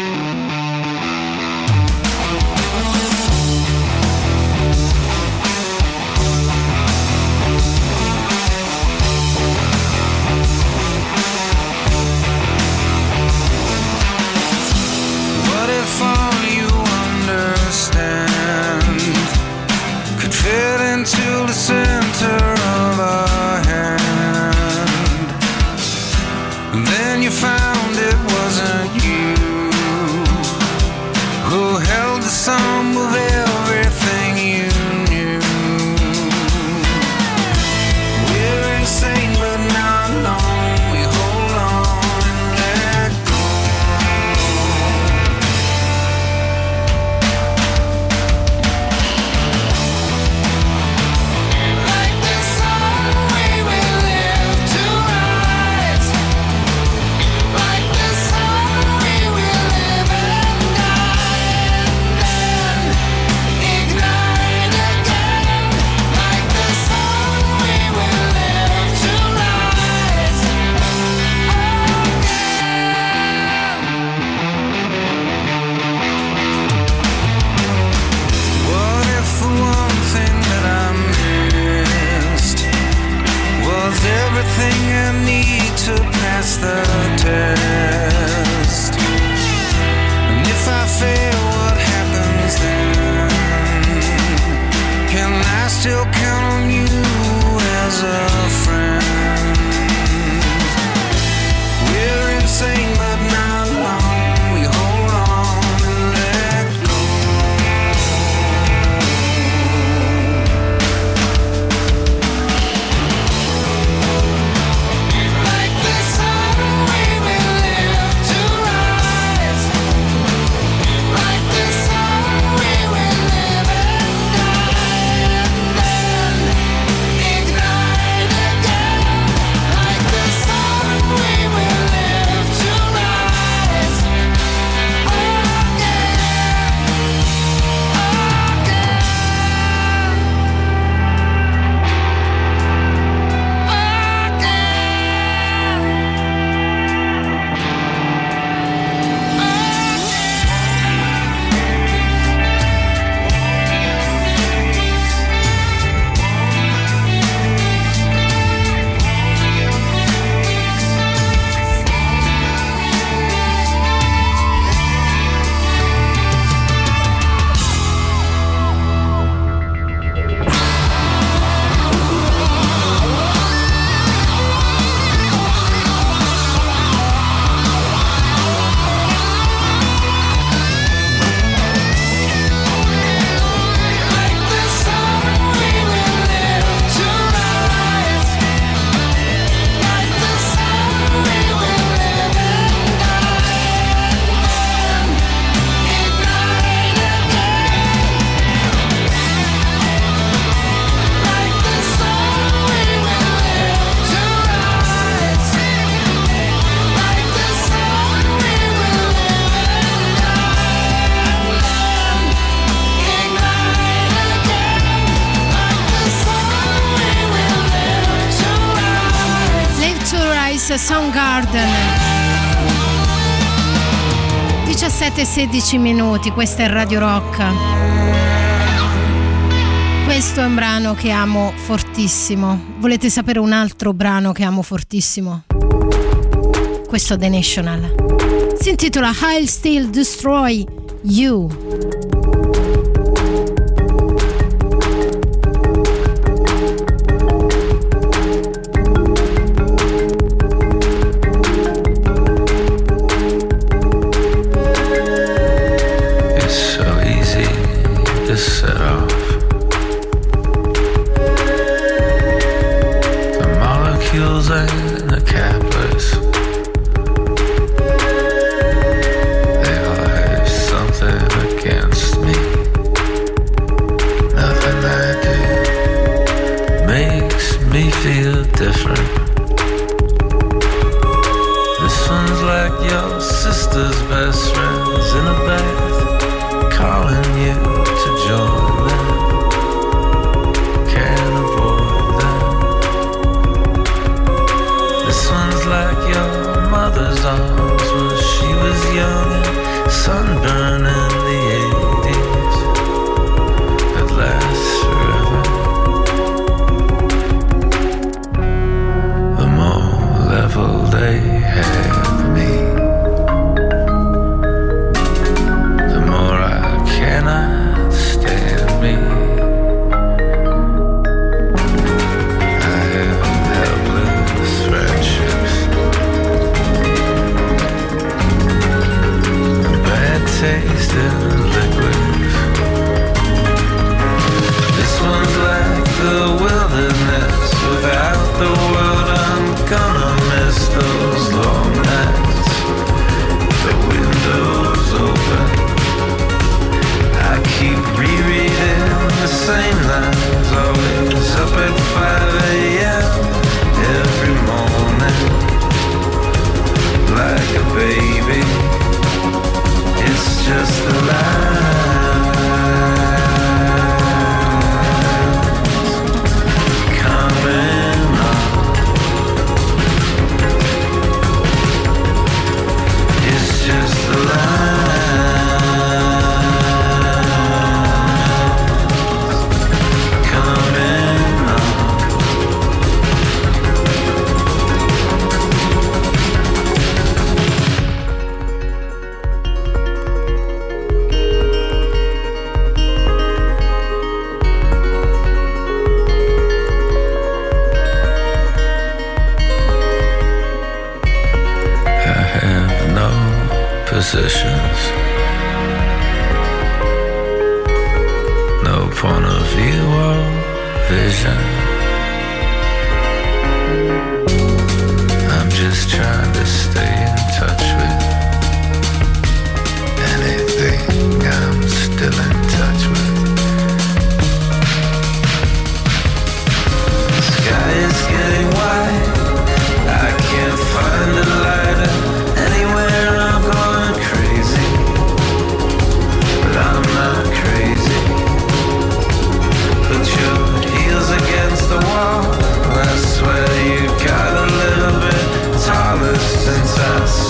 Into the center of our hand, and then you found it wasn't you who held the sum of everything you knew. We're insane but not alone, we hold on and let go. Everything I need to pass the test, and if I fail, what happens then? Can I still count on you as a friend? We're insane but not alone, we hold on and let go. Soundgarden. 17:16, questa è Radio Rock. Questo è un brano che amo fortissimo. Volete sapere un altro brano che amo fortissimo? Questo The National. Si intitola I'll Still Destroy You. Set off. The molecules and the capless, they all have something against me. Nothing I do makes me feel different. This one's like your sister's best friends in a bath, calling you to join them. Can't avoid them. This one's like your mother's arms when she was young and sunburned in the 80s. It lasts forever. The more level they have me, cannot stand me. I have helpless friendships, a bad taste in liquids. This one's like the wilderness. Without the world, I'm gonna miss those long nights. The window's open, I keep rereading the same lines, always up at 5 a.m. every morning. Like a baby, it's just the lines coming on. It's just the lines. Positions, no point of view or vision. I'm just trying to stay in touch with anything I'm still in touch with. The sky is getting white, I can't find a lighter anywhere. I'm going crazy, but I'm not crazy. Put your heels against the wall, I swear you got a little bit taller since I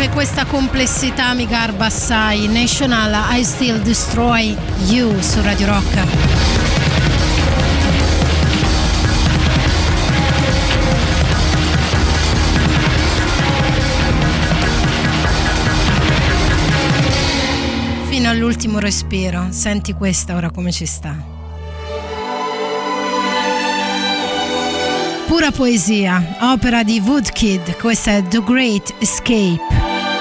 come questa complessità mi garba assai. National, I Still Destroy You su Radio Rock. Fino all'ultimo respiro. Senti questa ora come ci sta. Pura poesia, opera di Woodkid, questa è The Great Escape.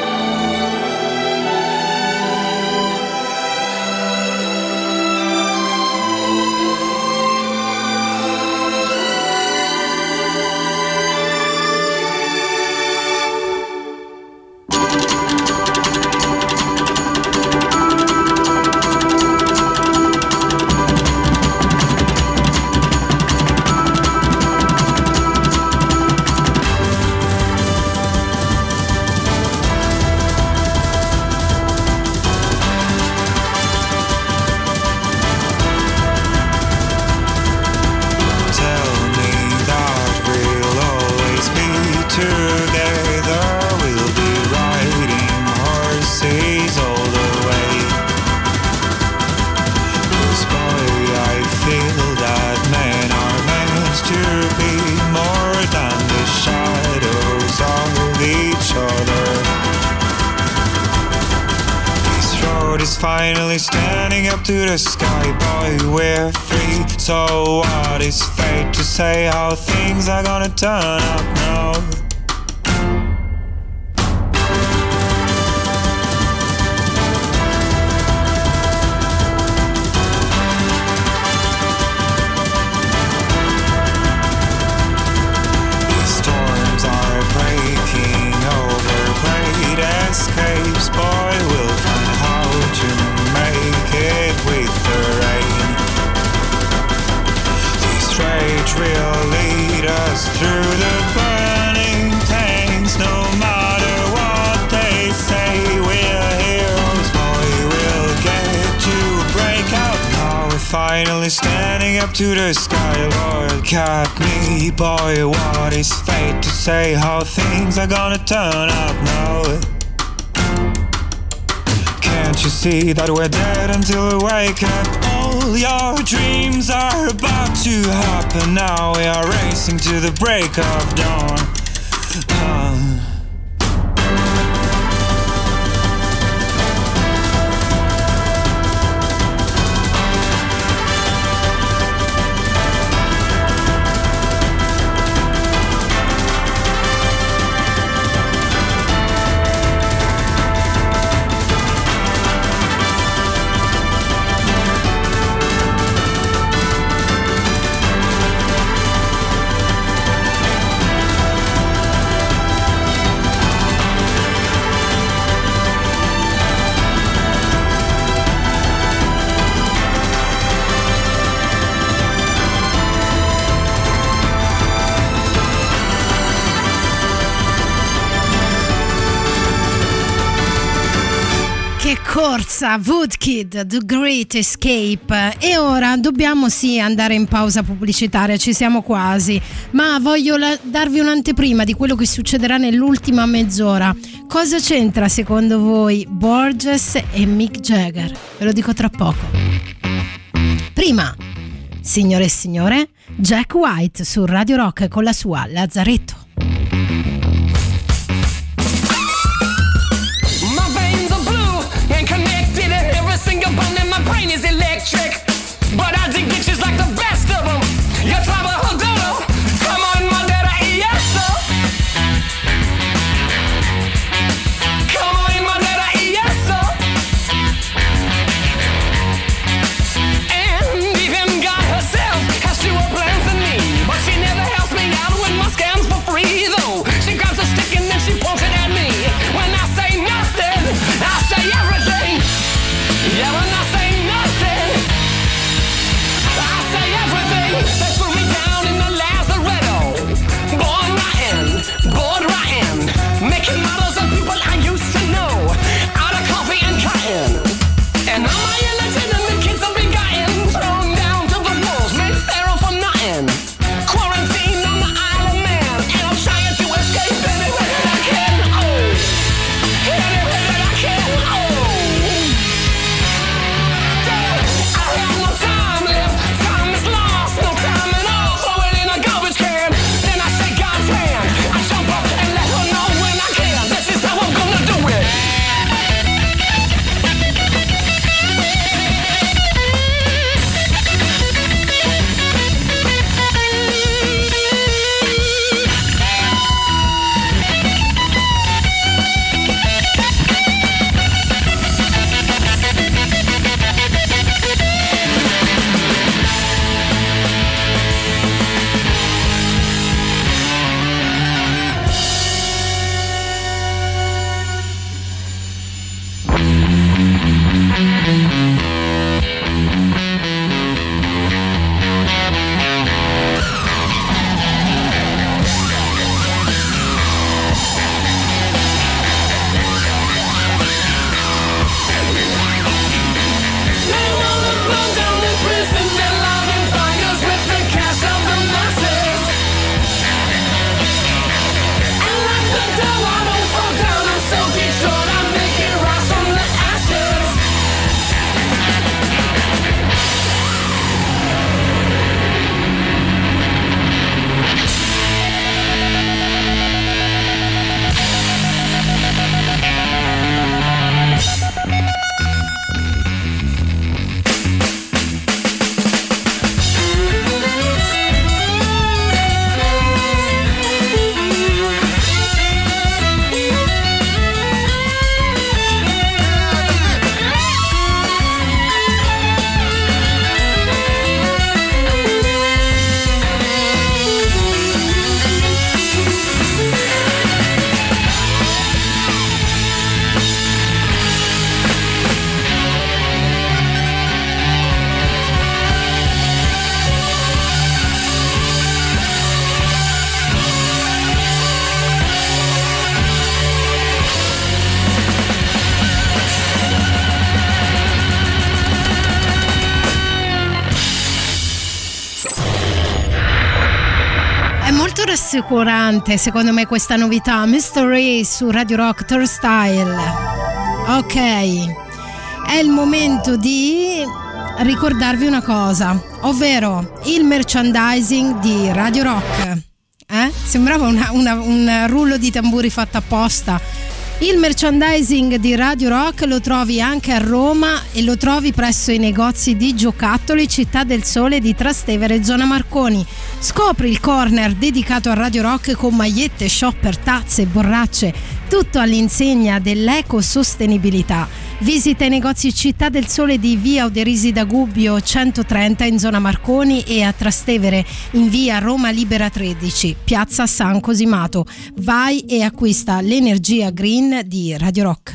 Finally standing up to the sky, boy, we're free. So what is fate to say how things are gonna turn up now? These storms are breaking over great escapes, boy, we'll find how to make it with the rain. These rage will lead us through the burning plains. No matter what they say, we're heroes, boy, we'll get to break out. Now we're finally standing up to the sky. Lord, got me, boy, what is fate to say how things are gonna turn up now? Can't you see that we're dead until we wake up? All your dreams are about to happen. Now we are racing to the break of dawn. Che corsa, Woodkid, The Great Escape. E ora dobbiamo andare in pausa pubblicitaria, ci siamo quasi, ma voglio darvi un'anteprima di quello che succederà nell'ultima mezz'ora. Cosa c'entra secondo voi Borges e Mick Jagger? Ve lo dico tra poco. Prima, signore e signore, Jack White su Radio Rock con la sua Lazzaretto. Brain is electric, but I dig bitches like the best of them. Your trouble, Hogono, come on, Madera, yes, sir. Come on, Madera, yes, sir. And even God herself has fewer plans than me, but she never helps me out with my scams for free, though. rassicurante secondo me questa novità, Mystery su Radio Rock Turnstile. Ok, è il momento di ricordarvi una cosa, ovvero il merchandising di Radio Rock. Sembrava un rullo di tamburi fatto apposta. Il merchandising di Radio Rock lo trovi anche a Roma e lo trovi presso i negozi di giocattoli Città del Sole di Trastevere, zona Marconi. Scopri il corner dedicato a Radio Rock con magliette, shopper, tazze, borracce, tutto all'insegna dell'ecosostenibilità. Visita i negozi Città del Sole di via Oderisi da Gubbio 130 in zona Marconi e a Trastevere in via Roma Libera 13, piazza San Cosimato. Vai e acquista l'energia green di Radio Rock.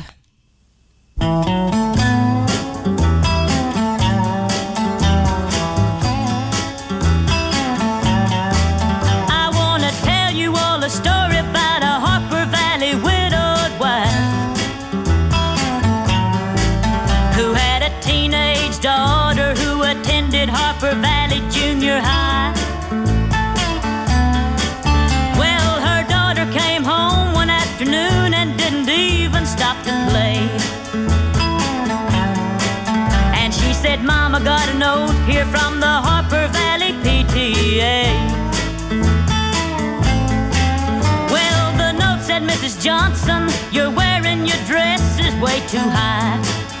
I wanna tell you all a story about a Harper Valley widowed wife who had a teenage daughter who attended Harper Valley Junior High. Well, her daughter came home one afternoon and didn't even stop to play. And she said, Mama, got a note here from the Harper Valley PTA. Well, the note said, Mrs. Johnson, you're wearing your dress is way too high.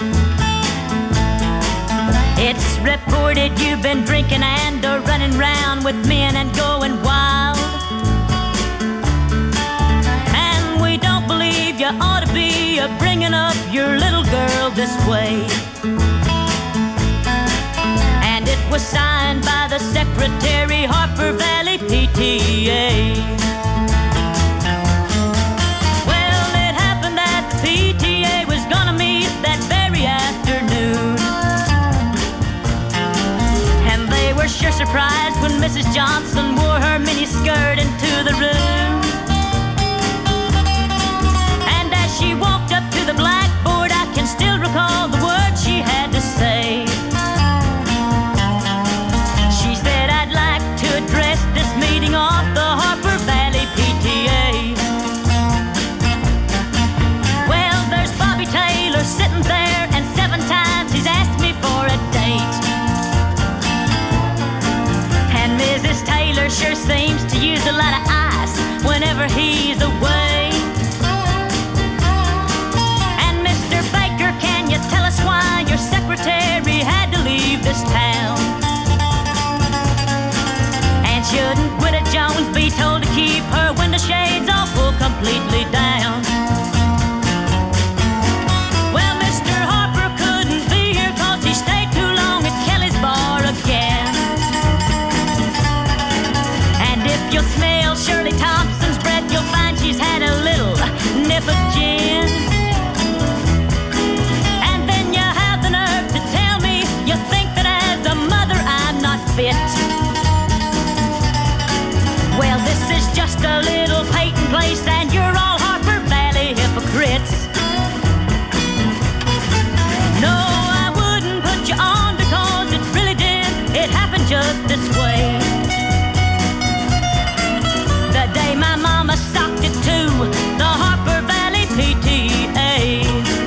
It's reported you've been drinking and running round with men and going wild. And we don't believe you ought to be bringing up your little girl this way. And it was signed by the secretary, Harper Valley PTA. Well, it happened that the PTA was gonna meet that very afternoon. They were sure surprised when Mrs. Johnson wore her miniskirt into the room. And as she walked up to the blackboard, I can still recall the words she had to say. She said, I'd like to address this meeting of the Harper Valley PTA. Well, there's Bobby Taylor sitting there, and 7 times he's asked me for a date. Mrs. Taylor sure seems to use a lot of ice whenever he's away. And Mr. Baker, can you tell us why your secretary had to leave this town? And shouldn't Widow Jones be told to keep her window shades all pulled completely down? Well, Mr. Harper couldn't be here 'cause he stayed too long at Kelly's bar again. If you'll smell Shirley Thompson's breath, you'll find she's had a little nip of gin. And then you have the nerve to tell me you think that as a mother I'm not fit. Well, this is just a little Peyton place and you're all Harper Valley hypocrites. No, I wouldn't put you on because it really did. It happened just this way. The day my mama socked it to the Harper Valley PTA.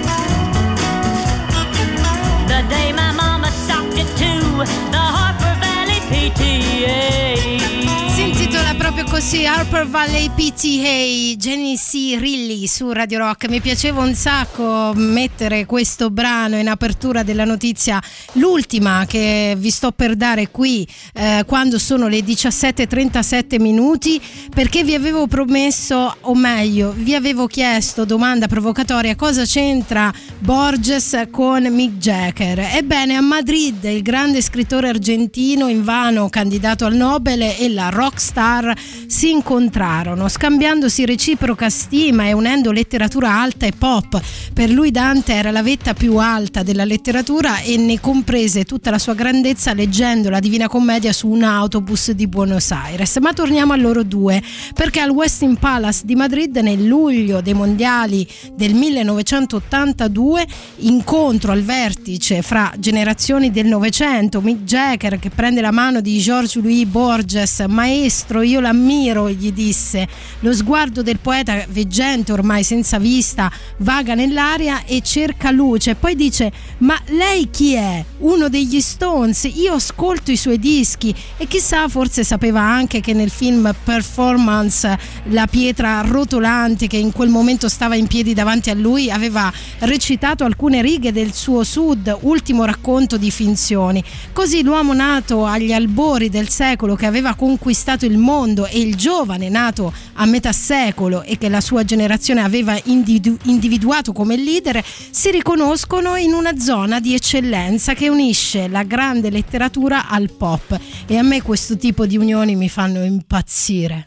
The day my mama socked it to the Harper Valley PTA. Si intitola proprio così, Harper Valley PTA, Jenny C. Riley su Radio Rock. Mi piaceva un sacco mettere questo brano in apertura della notizia, l'ultima che vi sto per dare qui quando sono le 17:37 minuti, perché vi avevo promesso, o meglio vi avevo chiesto, domanda provocatoria, cosa c'entra Borges con Mick Jagger? Ebbene, a Madrid il grande scrittore argentino, invano candidato al Nobel, e la rockstar si incontrarono, scambiandosi reciproca stima e unendo letteratura alta e pop. Per lui Dante era la vetta più alta della letteratura e ne comprese tutta la sua grandezza leggendo la Divina Commedia su un autobus di Buenos Aires. Ma torniamo a loro due, perché al Westin Palace di Madrid nel luglio dei mondiali del 1982, incontro al vertice fra generazioni del Novecento, Mick Jagger che prende la mano di Jorge Luis Borges, maestro, io l'ammiro, ammiro, gli disse. Lo sguardo del poeta, veggente ormai senza vista, vaga nell'aria e cerca luce. Poi dice: ma lei chi è? Uno degli Stones? Io ascolto i suoi dischi. E chissà, forse sapeva anche che nel film Performance la pietra rotolante che in quel momento stava in piedi davanti a lui aveva recitato alcune righe del suo Sud, ultimo racconto di finzioni. Così l'uomo nato agli albori del secolo, che aveva conquistato il mondo, e il giovane nato a metà secolo e che la sua generazione aveva individuato come leader, si riconoscono in una zona di eccellenza che unisce la grande letteratura al pop, e a me questo tipo di unioni mi fanno impazzire.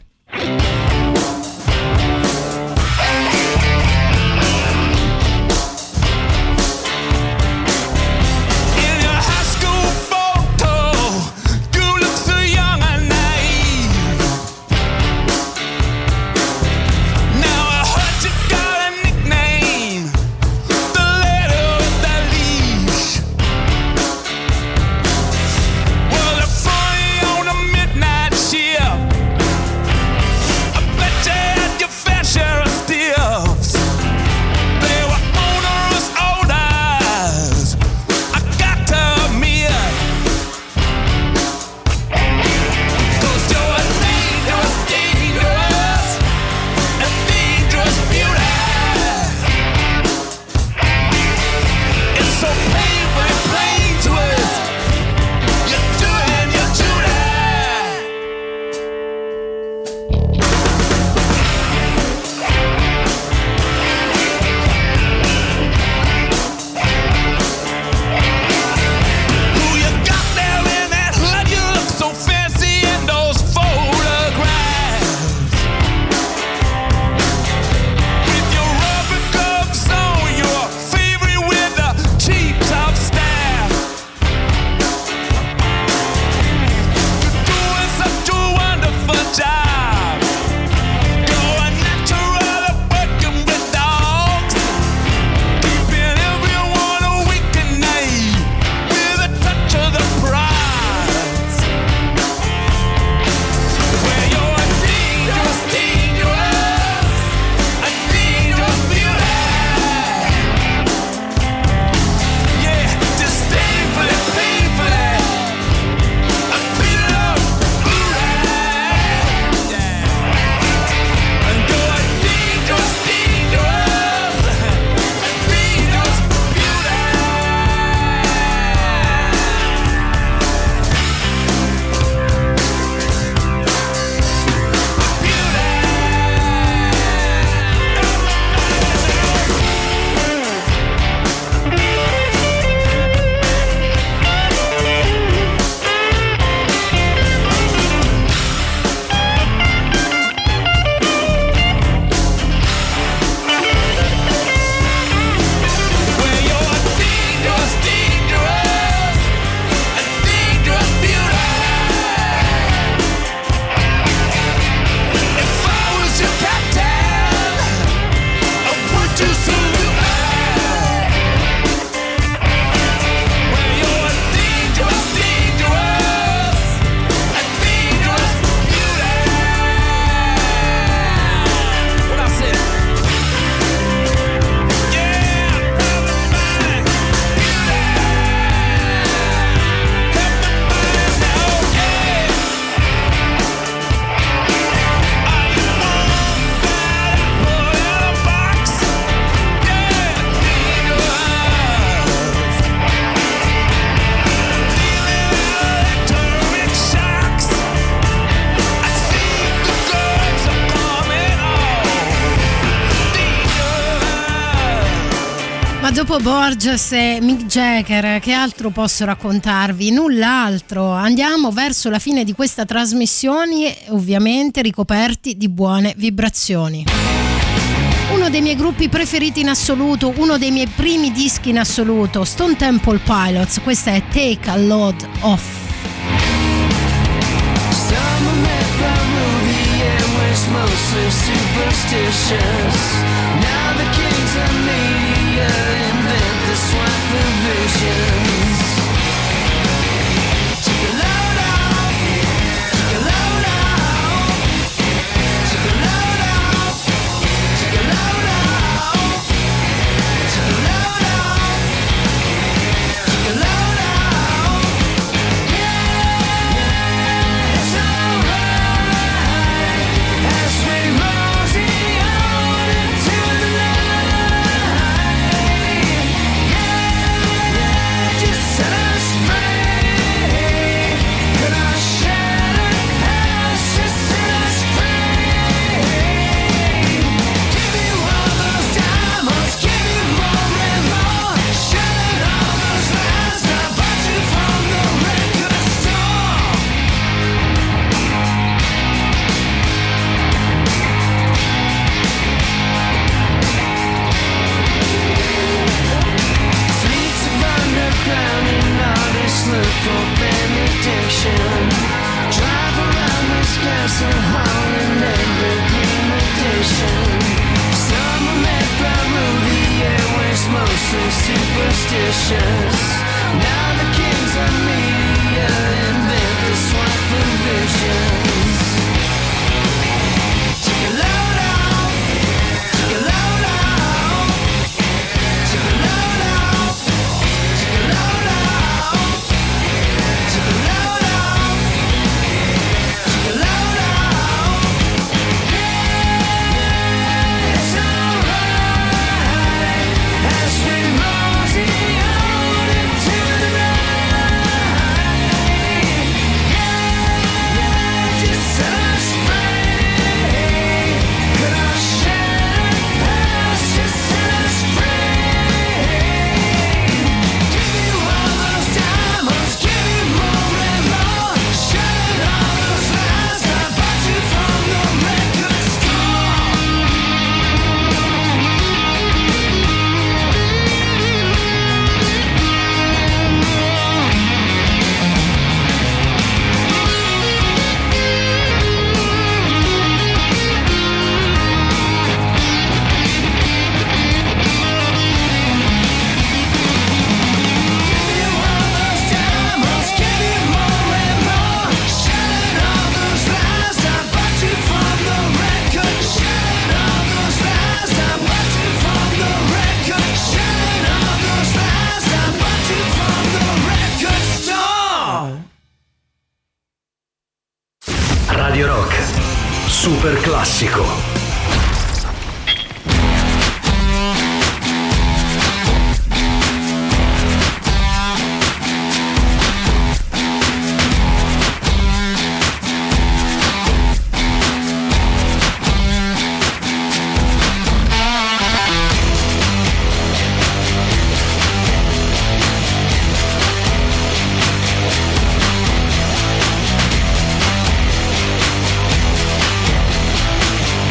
Dopo Borges e Mick Jagger, che altro posso raccontarvi? Null'altro. Andiamo verso la fine di questa trasmissione, ovviamente ricoperti di buone vibrazioni. Uno dei miei gruppi preferiti in assoluto, uno dei miei primi dischi in assoluto, Stone Temple Pilots. Questa è Take a Load Off. Mostly superstitious. Now the kings of media invent the swine flu visions. Take a load off, take a load off. glass and Holland and the imitation. Some are made by Rudy and we're mostly superstitious. Now the kings of media invent the swine flu visions. Take a load off, take a load off, take a load off, take a load off, take a load off, take a load off. Yeah, it's alright as we mosey on into the night. Yeah, just us free. Could I share us just us free? Give you all those diamonds, give you more and more. Shut all those lies I bought you from the record store. Give you all those diamonds, give you more and more. Shut all those lies I bought you from the record. Shut all those lies I bought you from the record. Shut all those lies I bought you from the record store. Radio Rock, super classico. Give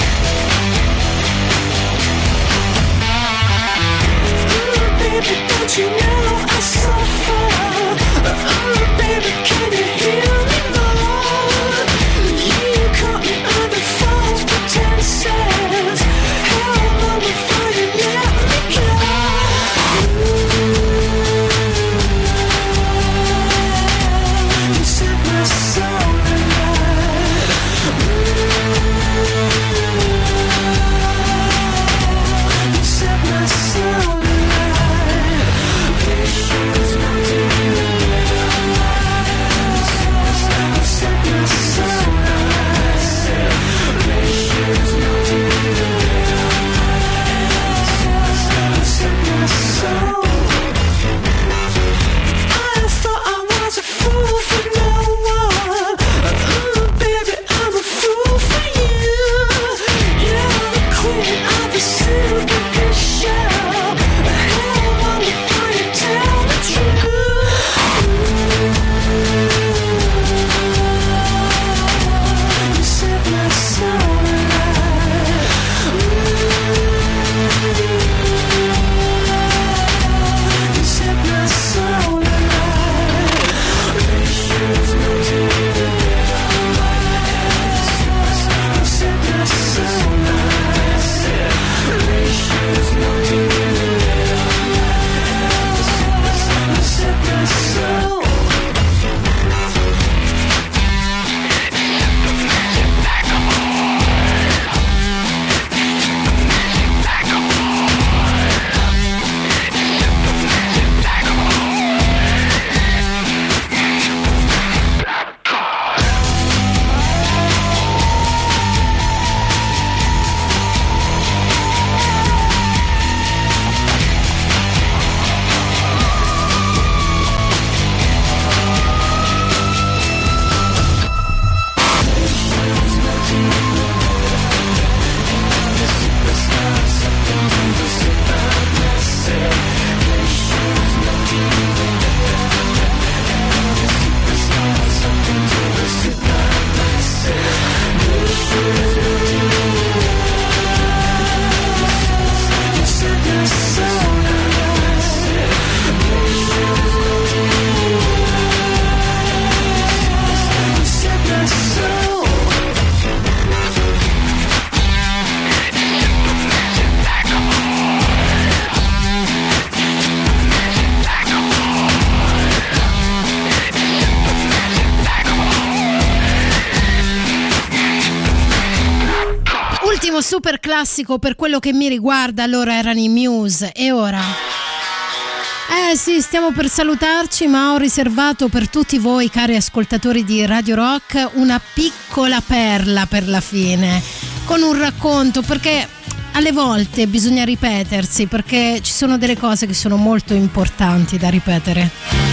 super classico per quello che mi riguarda. Allora erano i Muse e ora sì, stiamo per salutarci, ma ho riservato per tutti voi cari ascoltatori di Radio Rock una piccola perla per la fine, con un racconto, perché alle volte bisogna ripetersi, perché ci sono delle cose che sono molto importanti da ripetere.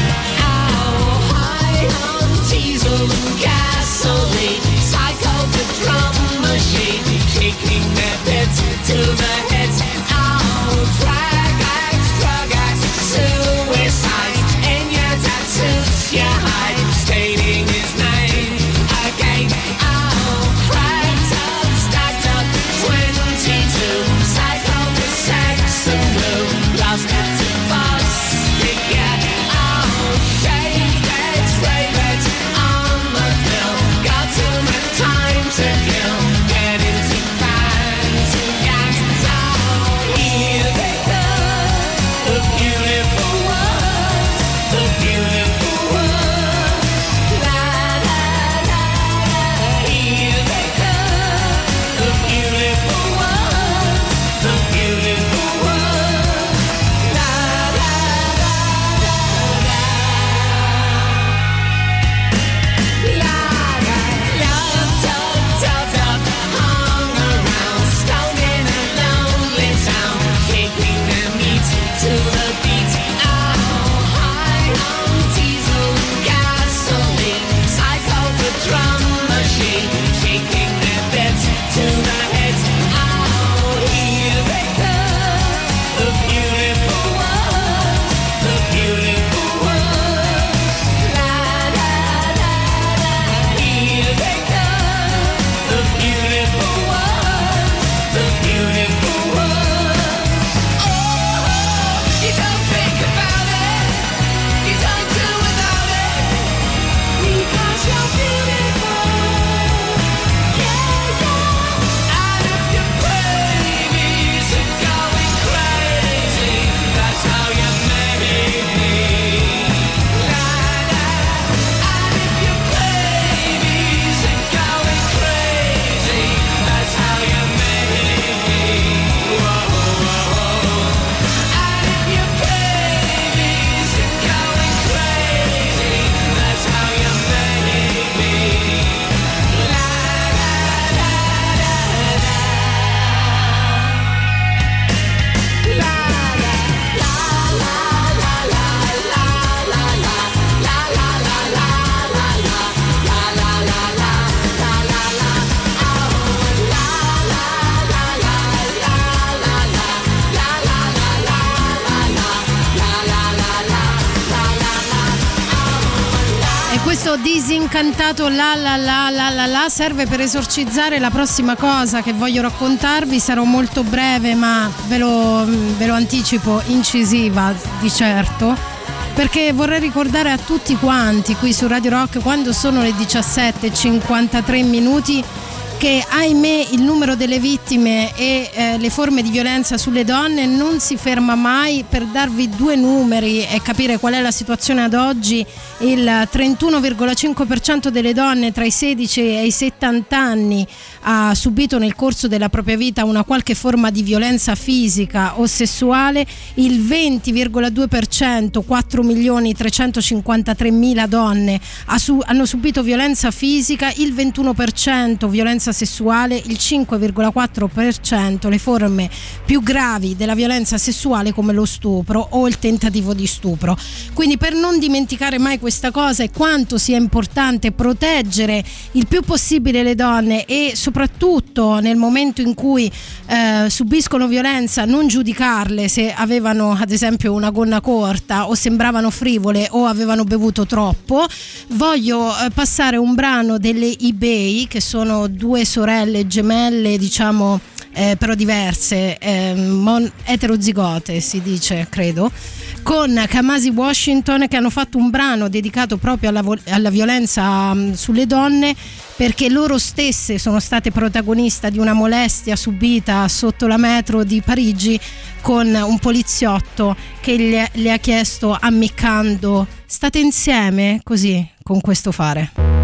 Disincantato la serve per esorcizzare la prossima cosa che voglio raccontarvi. Sarò molto breve, ma ve lo anticipo, incisiva di certo, perché vorrei ricordare a tutti quanti qui su Radio Rock, quando sono le 17:53, che ahimè il numero delle vittime e le forme di violenza sulle donne non si ferma mai. Per darvi due numeri e capire qual è la situazione ad oggi: il 31,5% delle donne tra i 16 e i 70 anni ha subito nel corso della propria vita una qualche forma di violenza fisica o sessuale, il 20,2%, 4.353.000 donne hanno subito violenza fisica, il 21% violenza sessuale, il 5,4% le forme più gravi della violenza sessuale come lo stupro o il tentativo di stupro. Quindi, per non dimenticare mai questa cosa e quanto sia importante proteggere il più possibile le donne, e soprattutto nel momento in cui subiscono violenza non giudicarle se avevano ad esempio una gonna corta o sembravano frivole o avevano bevuto troppo, voglio passare un brano delle eBay, che sono due sorelle gemelle, diciamo, però diverse, eterozigote si dice, credo, con Kamasi Washington, che hanno fatto un brano dedicato proprio alla violenza sulle donne, perché loro stesse sono state protagoniste di una molestia subita sotto la metro di Parigi, con un poliziotto che le ha chiesto, ammiccando: state insieme? Così, con questo fare.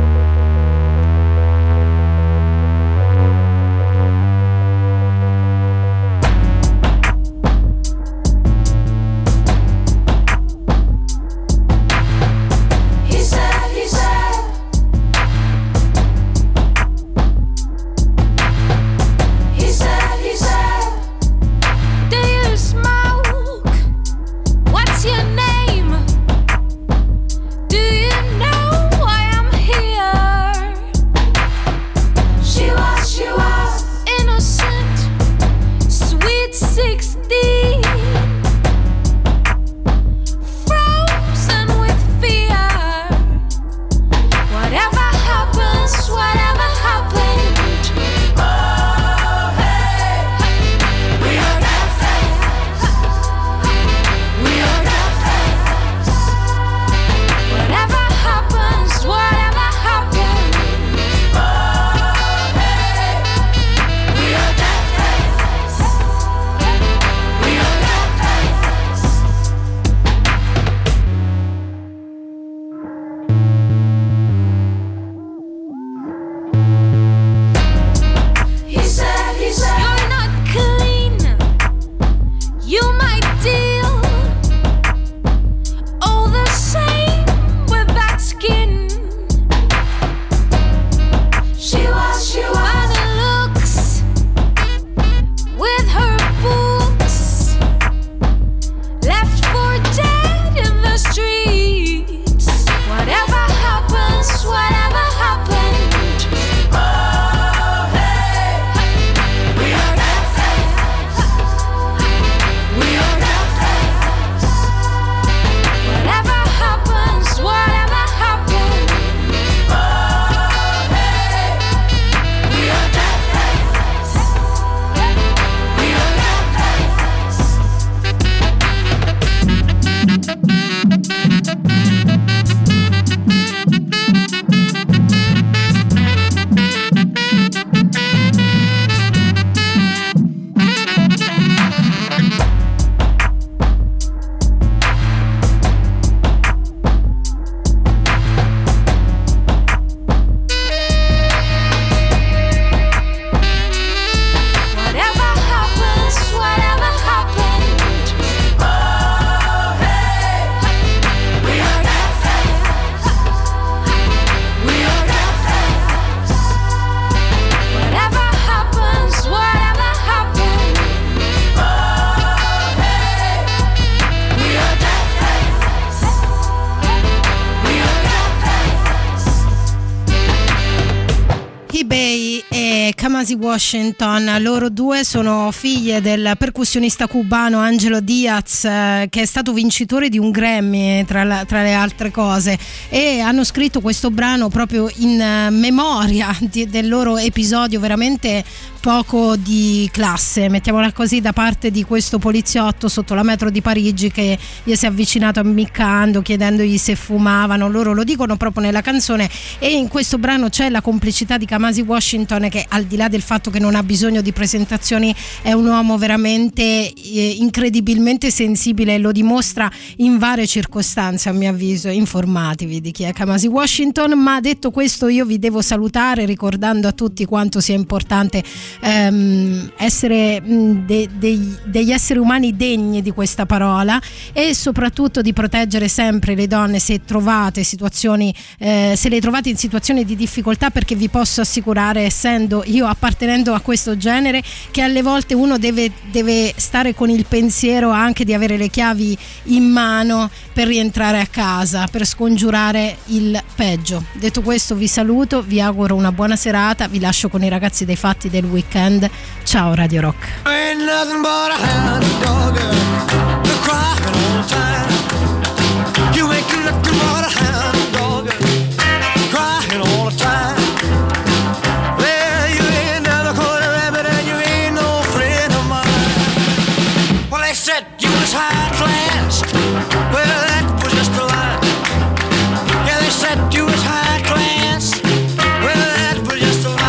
Kamasi Washington. Loro due sono figlie del percussionista cubano Angelo Diaz, che è stato vincitore di un Grammy tra le altre cose, e hanno scritto questo brano proprio in memoria del loro episodio veramente poco di classe, mettiamola così, da parte di questo poliziotto sotto la metro di Parigi che gli si è avvicinato ammiccando, chiedendogli se fumavano. Loro lo dicono proprio nella canzone, e in questo brano c'è la complicità di Kamasi Washington, che al di là del fatto che non ha bisogno di presentazioni è un uomo veramente incredibilmente sensibile, e lo dimostra in varie circostanze, a mio avviso. Informatevi di chi è Kamasi Washington. Ma detto questo, io vi devo salutare ricordando a tutti quanto sia importante essere degli esseri umani degni di questa parola, e soprattutto di proteggere sempre le donne se trovate situazioni, se le trovate in situazioni di difficoltà, perché vi posso assicurare, essendo io appartenendo a questo genere, che alle volte uno deve stare con il pensiero anche di avere le chiavi in mano per rientrare a casa, per scongiurare il peggio. Detto questo, vi saluto, vi auguro una buona serata, vi lascio con i ragazzi dei Fatti del Weekend. Ciao Radio Rock. Ain't nothing but a hound dog, they're crying all the time. You ain't nothing but a hound dog, crying all the time. Well, you ain't never caught a rabbit and you ain't no friend of mine. Well, they said you was high class, well, that was just a lie. Yeah, they said you was high class, well, that was just a lie.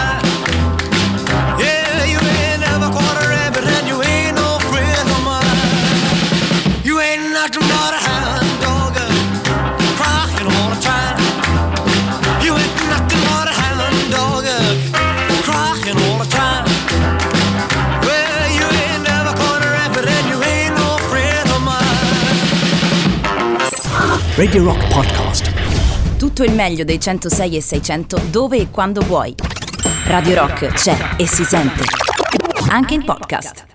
Nothing but a hound dog, crying all the time. You ain't nothing but a hound dog, crying all the time. Well, you ain't never caught a rabbit and you ain't no friend of mine. Radio Rock Podcast. Tutto il meglio dei 106 e 600 dove e quando vuoi. Radio Rock c'è e si sente. Anche in podcast.